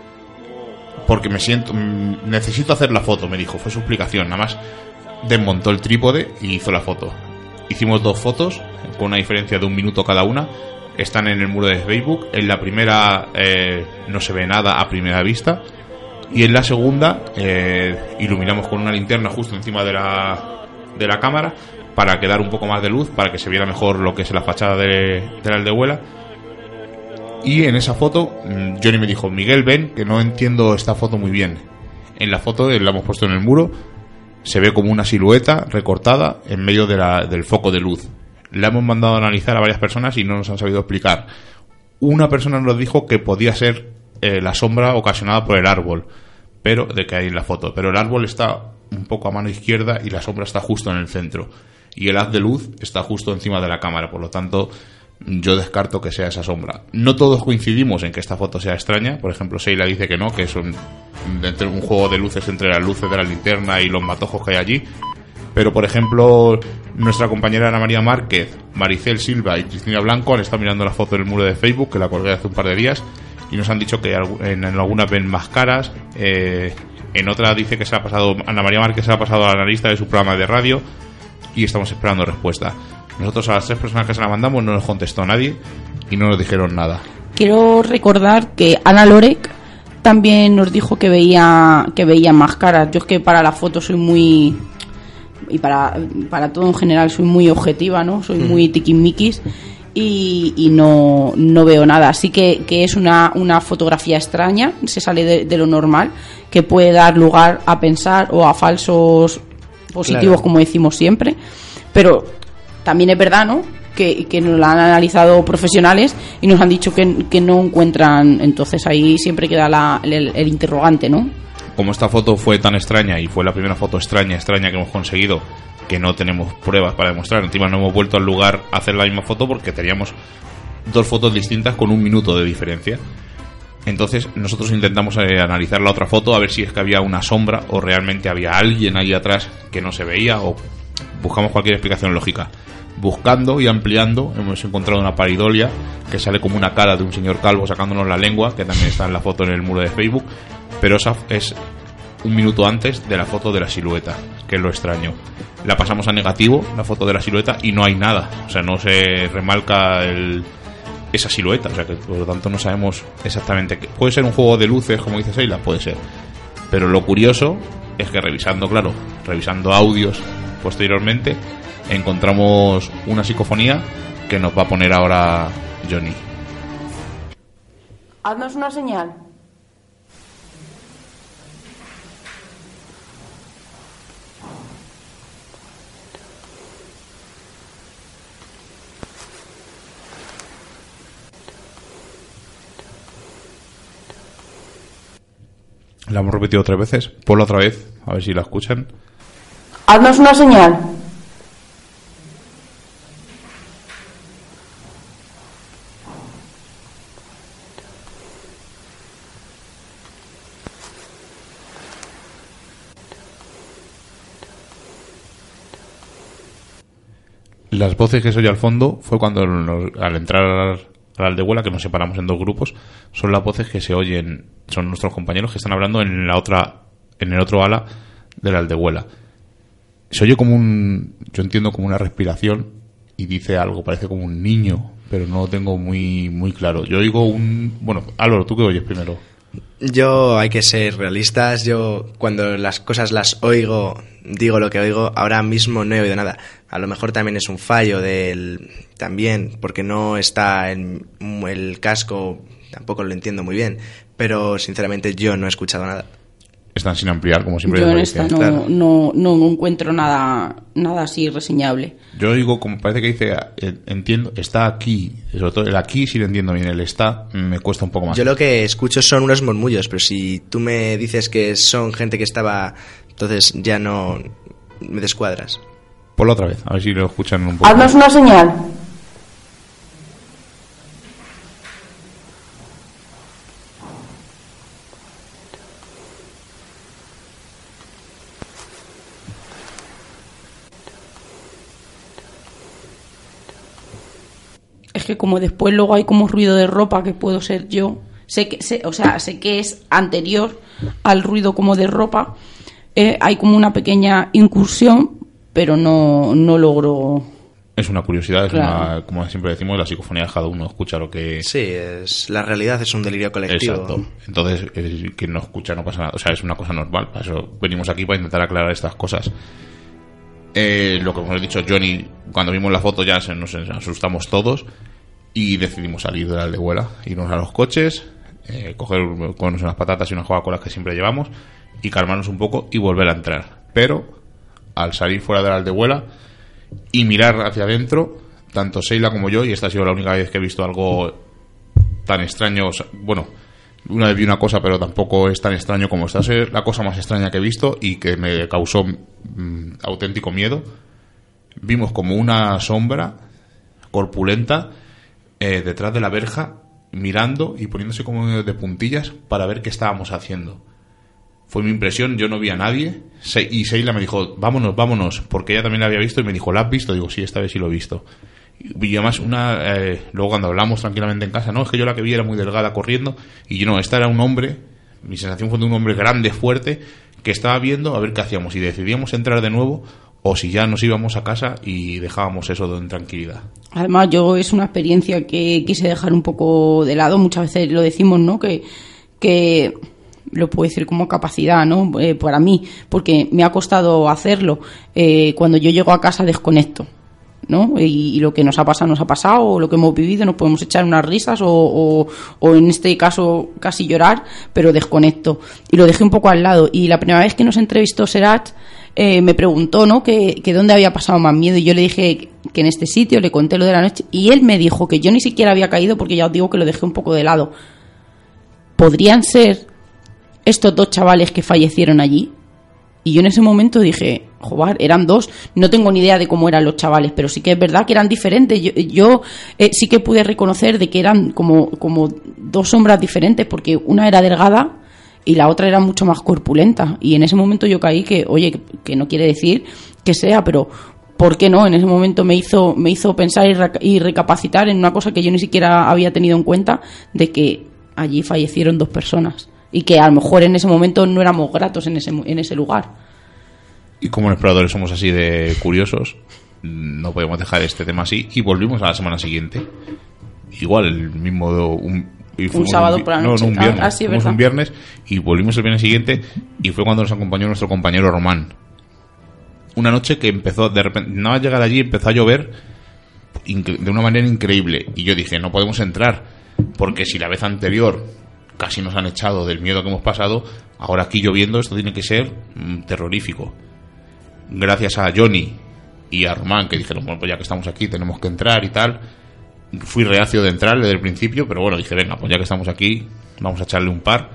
porque me siento, necesito hacer la foto, me dijo, fue su explicación. Nada más desmontó el trípode y hizo la foto. Hicimos dos fotos con una diferencia de un minuto cada una. Están en el muro de Facebook. En la primera eh, no se ve nada a primera vista, y en la segunda eh, iluminamos con una linterna justo encima de la, de la cámara para que dar un poco más de luz, para que se viera mejor lo que es la fachada de, de la aldehuela. Y en esa foto Johnny me dijo, Miguel, ven, que no entiendo esta foto muy bien. En la foto, la hemos puesto en el muro, se ve como una silueta recortada en medio de la, del foco de luz. La hemos mandado a analizar a varias personas y no nos han sabido explicar. Una persona nos dijo que podía ser eh, la sombra ocasionada por el árbol, pero de que hay en la foto. Pero el árbol está un poco a mano izquierda y la sombra está justo en el centro. Y el haz de luz está justo encima de la cámara, por lo tanto yo descarto que sea esa sombra. No todos coincidimos en que esta foto sea extraña. Por ejemplo, Seila dice que no, que es un, un juego de luces entre las luces de la linterna y los matojos que hay allí. Pero, por ejemplo, nuestra compañera Ana María Márquez, Maricel Silva y Cristina Blanco han estado mirando la foto en el muro de Facebook, que la colgué hace un par de días, y nos han dicho que en, en algunas ven más caras, eh, en otra dice que se ha pasado, Ana María Márquez se ha pasado a la analista de su programa de radio, y estamos esperando respuesta. Nosotros a las tres personas que se la mandamos no nos contestó nadie y no nos dijeron nada. Quiero recordar que Ana Lorek también nos dijo que veía que veía más caras. Yo es que para la foto soy muy... y para, para todo en general soy muy objetiva, ¿no? Soy muy tiquismiquis y, y no, no veo nada. Así que, que es una, una fotografía extraña, se sale de, de lo normal, que puede dar lugar a pensar o a falsos positivos, claro, como decimos siempre. Pero también es verdad, ¿no?, que, que nos la han analizado profesionales y nos han dicho que, que no encuentran. Entonces ahí siempre queda la, el, el interrogante, ¿no? Como esta foto fue tan extraña y fue la primera foto extraña, extraña que hemos conseguido, que no tenemos pruebas para demostrar, encima no hemos vuelto al lugar a hacer la misma foto porque teníamos dos fotos distintas con un minuto de diferencia. Entonces nosotros intentamos eh, analizar la otra foto a ver si es que había una sombra o realmente había alguien ahí atrás que no se veía, o buscamos cualquier explicación lógica. Buscando y ampliando hemos encontrado una paridolia que sale como una cara de un señor calvo sacándonos la lengua, que también está en la foto en el muro de Facebook, pero esa es un minuto antes de la foto de la silueta, que es lo extraño. La pasamos a negativo, la foto de la silueta, y no hay nada, o sea, no se remarca el, esa silueta, o sea que por lo tanto no sabemos exactamente qué. Puede ser un juego de luces, como dice Seila, puede ser, pero lo curioso es que revisando, claro, revisando audios posteriormente, encontramos una psicofonía que nos va a poner ahora Johnny. Haznos una señal. La hemos repetido tres veces. Ponla otra vez, a ver si la escuchan. Haznos una señal. Las voces que se oye al fondo fue cuando nos, al entrar a la aldehuela, que nos separamos en dos grupos, son las voces que se oyen, son nuestros compañeros que están hablando en la otra, en el otro ala de la aldehuela. Se oye como un, yo entiendo como una respiración, y dice algo, parece como un niño, pero no lo tengo muy, muy claro. Yo oigo un, bueno, Álvaro, ¿tú qué oyes primero? Yo, hay que ser realistas. Yo, cuando las cosas las oigo, digo lo que oigo. Ahora mismo no he oído nada. A lo mejor también es un fallo del, también, porque no está en el casco, tampoco lo entiendo muy bien. Pero, sinceramente, yo no he escuchado nada. Están sin ampliar, como siempre. Yo en esta no, claro. no, no encuentro nada, nada así reseñable. Yo digo, como parece que dice, entiendo, está aquí. Sobre todo el aquí sí lo entiendo bien, el está me cuesta un poco más. Yo lo que escucho son unos murmullos, pero si tú me dices que son gente que estaba, entonces ya no me descuadras. Ponlo otra vez, a ver si lo escuchan un poco. Haznos una señal. que como después luego hay como ruido de ropa que puedo ser yo, sé que sé, o sea, sé que es anterior al ruido como de ropa, eh, hay como una pequeña incursión, pero no, no logro... Es una curiosidad, es Claro. una, como siempre decimos, la psicofonía de cada uno escucha lo que... Sí, es, la realidad es un delirio colectivo. Exacto. Entonces, el que no escucha no pasa nada. O sea, es una cosa normal. Para eso venimos aquí, para intentar aclarar estas cosas. Eh, lo que hemos dicho, Johnny, cuando vimos la foto ya se, nos asustamos todos y decidimos salir de la aldehuela, irnos a los coches, eh, coger comernos unas patatas y unas Coca-Colas que siempre llevamos y calmarnos un poco y volver a entrar. Pero, al salir fuera de la aldehuela y mirar hacia adentro, tanto Sheila como yo, y esta ha sido la única vez que he visto algo tan extraño, o sea, bueno, una vez vi una cosa, pero tampoco es tan extraño como esta, es la cosa más extraña que he visto y que me causó mm, auténtico miedo. Vimos como una sombra corpulenta eh, detrás de la verja, mirando y poniéndose como de puntillas para ver qué estábamos haciendo. Fue mi impresión, yo no vi a nadie. Se- y Sheila me dijo, vámonos, vámonos, porque ella también la había visto y me dijo, ¿la has visto? Digo, sí, esta vez sí lo he visto. Y además, una, eh, luego cuando hablamos tranquilamente en casa, no, es que yo la que vi era muy delgada corriendo, y yo no, esta era un hombre, mi sensación fue de un hombre grande, fuerte, que estaba viendo a ver qué hacíamos, si decidíamos entrar de nuevo o si ya nos íbamos a casa y dejábamos eso en tranquilidad. Además, yo es una experiencia que quise dejar un poco de lado. Muchas veces lo decimos, ¿no? Que, que lo puedo decir como capacidad, ¿no? Eh, para mí, porque me ha costado hacerlo. Eh, cuando yo llego a casa desconecto, ¿no? Y, y lo que nos ha pasado, nos ha pasado, o lo que hemos vivido, nos podemos echar unas risas, o, o, o en este caso casi llorar, pero desconecto. Y lo dejé un poco al lado. Y la primera vez que nos entrevistó Serach, eh, me preguntó, ¿no? Que, que dónde había pasado más miedo, y yo le dije que en este sitio, le conté lo de la noche, y él me dijo que yo ni siquiera había caído, porque ya os digo que lo dejé un poco de lado. ¿Podrían ser estos dos chavales que fallecieron allí? Y yo en ese momento dije, joder, eran dos, no tengo ni idea de cómo eran los chavales, pero sí que es verdad que eran diferentes. Yo, yo eh, sí que pude reconocer de que eran como, como dos sombras diferentes, porque una era delgada y la otra era mucho más corpulenta. Y en ese momento yo caí que, oye, que, que no quiere decir que sea, pero ¿por qué no? En ese momento me hizo, me hizo pensar y, re, y recapacitar en una cosa que yo ni siquiera había tenido en cuenta, de que allí fallecieron dos personas. Y que a lo mejor en ese momento no éramos gratos en ese, en ese lugar. Y como los exploradores somos así de curiosos, no podemos dejar este tema así. Y volvimos a la semana siguiente. Igual, el mismo... Un, y un sábado un, por la no, noche. No, un viernes. Ah, sí, fuimos ¿verdad? un viernes y volvimos el viernes siguiente. Y fue cuando nos acompañó nuestro compañero Román. Una noche que empezó, de repente, nada más llegar allí, empezó a llover de una manera increíble. Y yo dije, no podemos entrar. Porque si la vez anterior casi nos han echado del miedo que hemos pasado, ahora aquí lloviendo esto tiene que ser mm, terrorífico. Gracias a Johnny y a Román, que dijeron, bueno, pues ya que estamos aquí tenemos que entrar y tal. Fui reacio de entrar desde el principio, pero bueno, dije, venga, pues ya que estamos aquí vamos a echarle un par.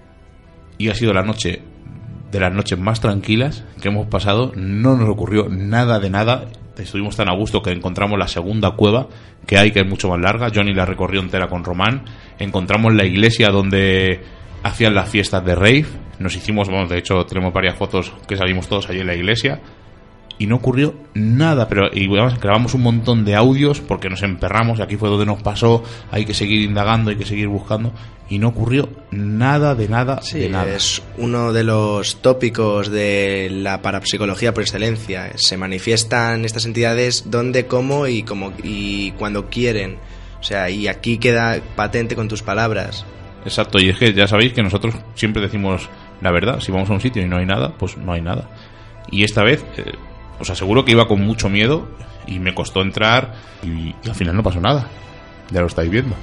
Y ha sido la noche de las noches más tranquilas que hemos pasado. No nos ocurrió nada de nada. Estuvimos tan a gusto que encontramos la segunda cueva que hay, que es mucho más larga. Johnny la recorrió entera con Román. Encontramos la iglesia donde hacían las fiestas de rave. Nos hicimos, bueno, de hecho tenemos varias fotos que salimos todos allí en la iglesia. Y no ocurrió nada, pero y además grabamos un montón de audios porque nos emperramos, y aquí fue donde nos pasó, hay que seguir indagando, hay que seguir buscando, y no ocurrió nada de nada Sí, de nada. es uno de los tópicos de la parapsicología por excelencia. Se manifiestan estas entidades donde, cómo y, como, y cuando quieren. O sea, y aquí queda patente con tus palabras. Exacto, y es que ya sabéis que nosotros siempre decimos la verdad. Si vamos a un sitio y no hay nada, pues no hay nada. Y esta vez... Eh, os aseguro que iba con mucho miedo y me costó entrar y, y al final no pasó nada. Ya lo estáis viendo.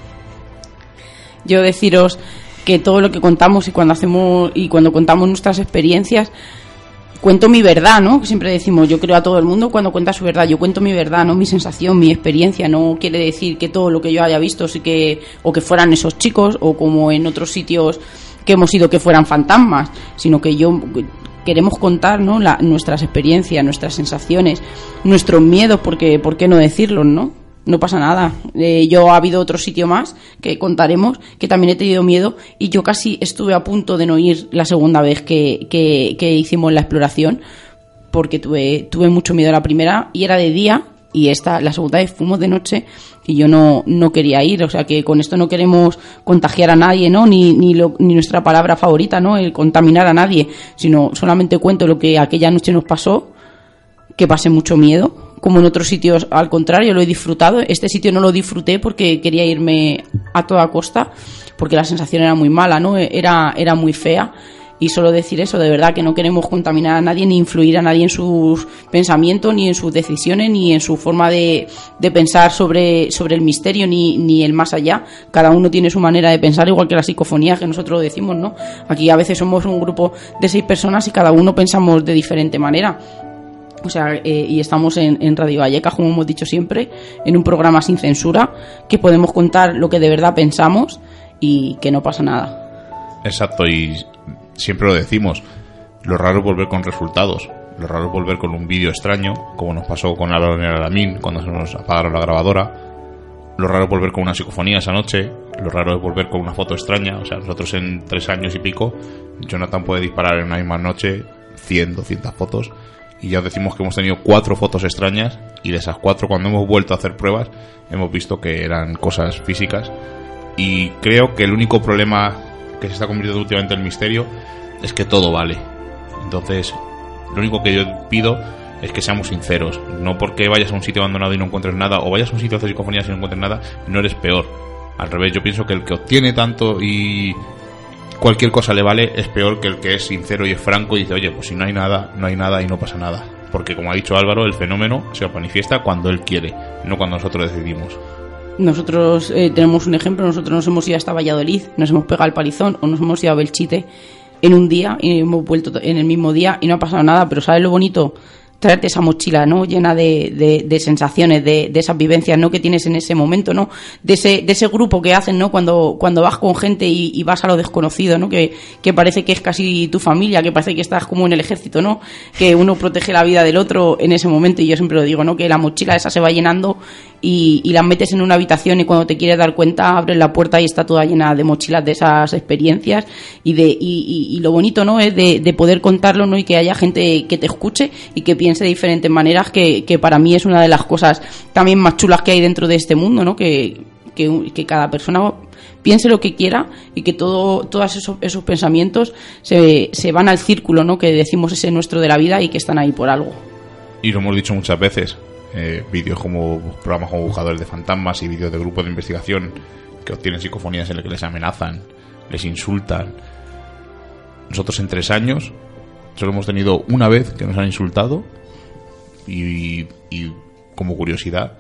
Yo deciros que todo lo que contamos y cuando hacemos y cuando contamos nuestras experiencias, cuento mi verdad, ¿no? Siempre decimos, yo creo a todo el mundo cuando cuenta su verdad, yo cuento mi verdad, no mi sensación, mi experiencia. No quiere decir que todo lo que yo haya visto sí que, o que fueran esos chicos, o como en otros sitios que hemos ido que fueran fantasmas, sino que yo queremos contar, ¿no? La, nuestras experiencias, nuestras sensaciones, nuestros miedos, porque ¿por qué no decirlos, no? No pasa nada. Eh, yo ha habido otro sitio más que contaremos que también he tenido miedo, y yo casi estuve a punto de no ir la segunda vez que, que, que hicimos la exploración, porque tuve tuve mucho miedo la primera y era de día y esta, la segunda vez fuimos de noche y yo no, no quería ir, o sea que con esto no queremos contagiar a nadie, ¿no? Ni, ni, lo, ni nuestra palabra favorita, ¿no? El contaminar a nadie, sino solamente cuento lo que aquella noche nos pasó, que pasé mucho miedo, como en otros sitios al contrario, lo he disfrutado. Este sitio no lo disfruté porque quería irme a toda costa, porque la sensación era muy mala, ¿no? Era, era muy fea. Y solo decir eso, de verdad que no queremos contaminar a nadie ni influir a nadie en sus pensamientos, ni en sus decisiones, ni en su forma de, de pensar sobre, sobre el misterio, ni, ni el más allá. Cada uno tiene su manera de pensar, igual que la psicofonía, que nosotros lo decimos, ¿no? Aquí a veces somos un grupo de seis personas y cada uno pensamos de diferente manera. O sea, eh, y estamos en, en Radio Vallecas, como hemos dicho siempre, en un programa sin censura, que podemos contar lo que de verdad pensamos y que no pasa nada. Exacto, y siempre lo decimos, lo raro es volver con resultados, lo raro es volver con un vídeo extraño, como nos pasó con Álvaro y Alamín cuando se nos apagaron la grabadora. Lo raro es volver con una psicofonía esa noche, lo raro es volver con una foto extraña. O sea, nosotros en tres años y pico, Jonathan puede disparar en una misma noche cien, doscientas fotos, y ya os decimos que hemos tenido cuatro fotos extrañas, y de esas cuatro, cuando hemos vuelto a hacer pruebas, hemos visto que eran cosas físicas. Y creo que el único problema que se está convirtiendo últimamente en el misterio es que todo vale. Entonces, lo único que yo pido es que seamos sinceros. No porque vayas a un sitio abandonado y no encuentres nada, o vayas a un sitio a hacer psicofonías y no encuentres nada, no eres peor. Al revés, yo pienso que el que obtiene tanto y cualquier cosa le vale es peor que el que es sincero y es franco y dice, oye, pues si no hay nada, no hay nada y no pasa nada. Porque como ha dicho Álvaro, el fenómeno se manifiesta cuando él quiere, no cuando nosotros decidimos. Nosotros eh, tenemos un ejemplo, nosotros nos hemos ido hasta Valladolid, nos hemos pegado el palizón, o nos hemos ido a Belchite en un día y hemos vuelto en el mismo día y no ha pasado nada. Pero ¿sabes lo bonito? Traerte esa mochila, ¿no? Llena de, de, de sensaciones, de, de esas vivencias, ¿no? Que tienes en ese momento, ¿no? De ese, de ese grupo que hacen, ¿no? Cuando, cuando vas con gente y, y vas a lo desconocido, ¿no? Que, que parece que es casi tu familia, que parece que estás como en el ejército, ¿no? Que uno protege la vida del otro en ese momento, y yo siempre lo digo, ¿no? Que la mochila esa se va llenando y, y la metes en una habitación y cuando te quieres dar cuenta abres la puerta y está toda llena de mochilas de esas experiencias y de, y, y, y lo bonito, ¿no? Es de, de poder contarlo, ¿no? Y que haya gente que te escuche y que piense de diferentes maneras, que, que para mí es una de las cosas también más chulas que hay dentro de este mundo, ¿no? Que, que, que cada persona piense lo que quiera y que todo, todos esos, esos pensamientos se, se van al círculo, ¿no? Que decimos ese nuestro de la vida y que están ahí por algo. Y lo hemos dicho muchas veces, eh, vídeos como programas como Buscadores de Fantasmas y vídeos de grupos de investigación que obtienen psicofonías en las que les amenazan, les insultan. Nosotros en tres años solo hemos tenido una vez que nos han insultado y, y como curiosidad,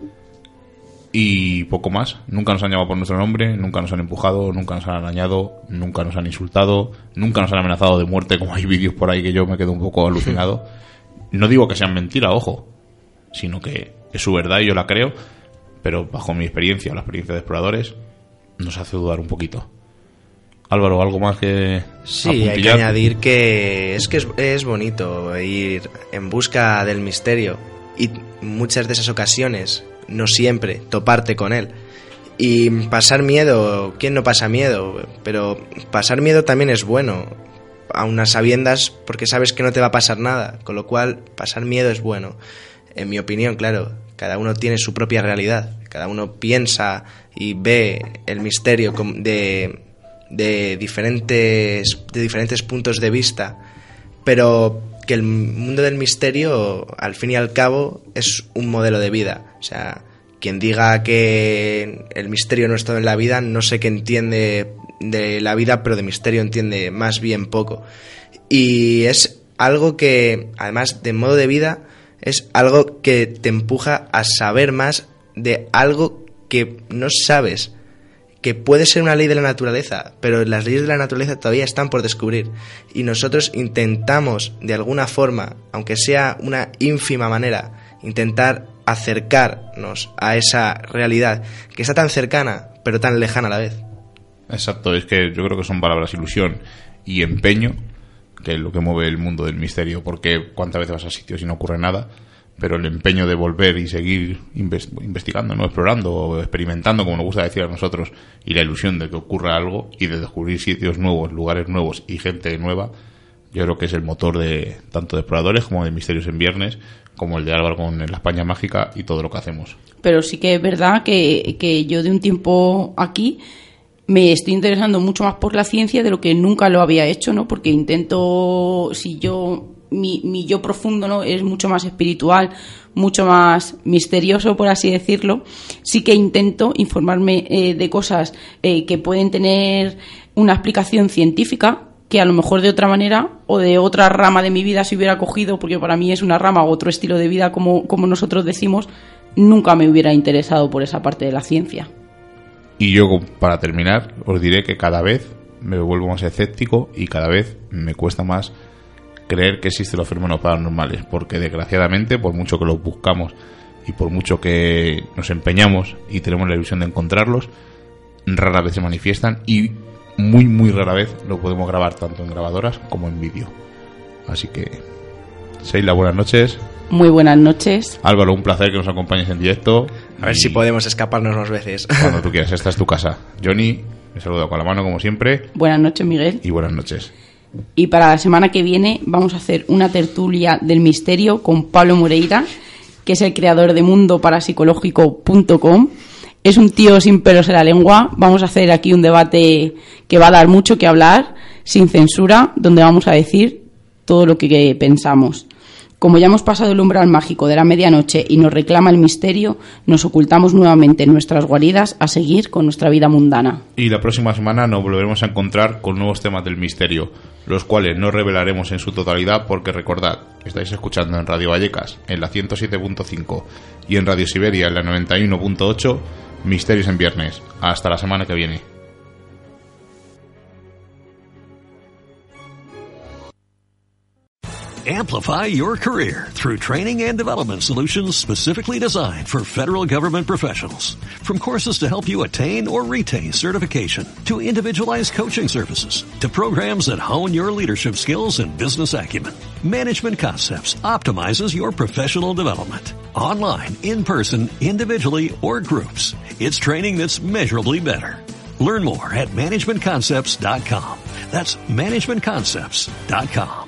y poco más. Nunca nos han llamado por nuestro nombre, nunca nos han empujado, nunca nos han arañado, nunca nos han insultado, nunca nos han amenazado de muerte, como hay vídeos por ahí que yo me quedo un poco alucinado. No digo que sean mentira, ojo, sino que es su verdad y yo la creo, pero bajo mi experiencia o la experiencia de exploradores nos hace dudar un poquito. Álvaro, ¿algo más que sí, apuntillar? Hay que añadir que es que es, es bonito ir en busca del misterio y muchas de esas ocasiones, no siempre, toparte con él y pasar miedo. ¿Quién no pasa miedo? Pero pasar miedo también es bueno, a unas sabiendas, porque sabes que no te va a pasar nada, con lo cual pasar miedo es bueno. En mi opinión, claro, cada uno tiene su propia realidad, cada uno piensa y ve el misterio de de diferentes de diferentes puntos de vista, pero que el mundo del misterio al fin y al cabo es un modelo de vida. O sea, quien diga que el misterio no es todo en la vida, no sé qué entiende de la vida, pero de misterio entiende más bien poco. Y es algo que, además de modo de vida, es algo que te empuja a saber más de algo que no sabes, que puede ser una ley de la naturaleza, pero las leyes de la naturaleza todavía están por descubrir. Y nosotros intentamos, de alguna forma, aunque sea una ínfima manera, intentar acercarnos a esa realidad que está tan cercana, pero tan lejana a la vez. Exacto, es que yo creo que son palabras ilusión y empeño, que es lo que mueve el mundo del misterio, porque cuántas veces vas a sitios y no ocurre nada, pero el empeño de volver y seguir investigando, ¿no? Explorando, experimentando, como nos gusta decir a nosotros, y la ilusión de que ocurra algo y de descubrir sitios nuevos, lugares nuevos y gente nueva, yo creo que es el motor de tanto de Exploradores como de Misterios en Viernes, como el de Álvaro con la España Mágica y todo lo que hacemos. Pero sí que es verdad que, que yo de un tiempo aquí me estoy interesando mucho más por la ciencia de lo que nunca lo había hecho, ¿no? Porque intento, si yo, mi, mi yo profundo, ¿no?, es mucho más espiritual, mucho más misterioso, por así decirlo, sí que intento informarme eh, de cosas eh, que pueden tener una explicación científica, que a lo mejor de otra manera o de otra rama de mi vida se hubiera cogido, porque para mí es una rama o otro estilo de vida, como, como nosotros decimos, nunca me hubiera interesado por esa parte de la ciencia. Y yo, para terminar, os diré que cada vez me vuelvo más escéptico y cada vez me cuesta más creer que existen los fenómenos paranormales, porque desgraciadamente, por mucho que los buscamos y por mucho que nos empeñamos y tenemos la ilusión de encontrarlos, rara vez se manifiestan y muy muy rara vez lo podemos grabar tanto en grabadoras como en vídeo. Así que, Sheila, buenas noches. Muy buenas noches. Álvaro, un placer que nos acompañes en directo. A ver si podemos escaparnos unas veces. Cuando tú quieras, esta es tu casa. Johnny, me saludo con la mano como siempre. Buenas noches, Miguel. Y buenas noches. Y para la semana que viene vamos a hacer una tertulia del misterio con Pablo Moreira, que es el creador de mundo parapsicológico punto com. Es un tío sin pelos en la lengua. Vamos a hacer aquí un debate que va a dar mucho que hablar, sin censura, donde vamos a decir todo lo que pensamos. Como ya hemos pasado el umbral mágico de la medianoche y nos reclama el misterio, nos ocultamos nuevamente en nuestras guaridas a seguir con nuestra vida mundana. Y la próxima semana nos volveremos a encontrar con nuevos temas del misterio, los cuales no revelaremos en su totalidad porque recordad, estáis escuchando en Radio Vallecas, en la ciento siete punto cinco y en Radio Siberia, en la noventa y uno punto ocho, Misterios en Viernes. Hasta la semana que viene. Amplify your career through training and development solutions specifically designed for federal government professionals. From courses to help you attain or retain certification, to individualized coaching services, to programs that hone your leadership skills and business acumen, Management Concepts optimizes your professional development. Online, in person, individually, or groups, it's training that's measurably better. Learn more at management concepts dot com. That's management concepts dot com.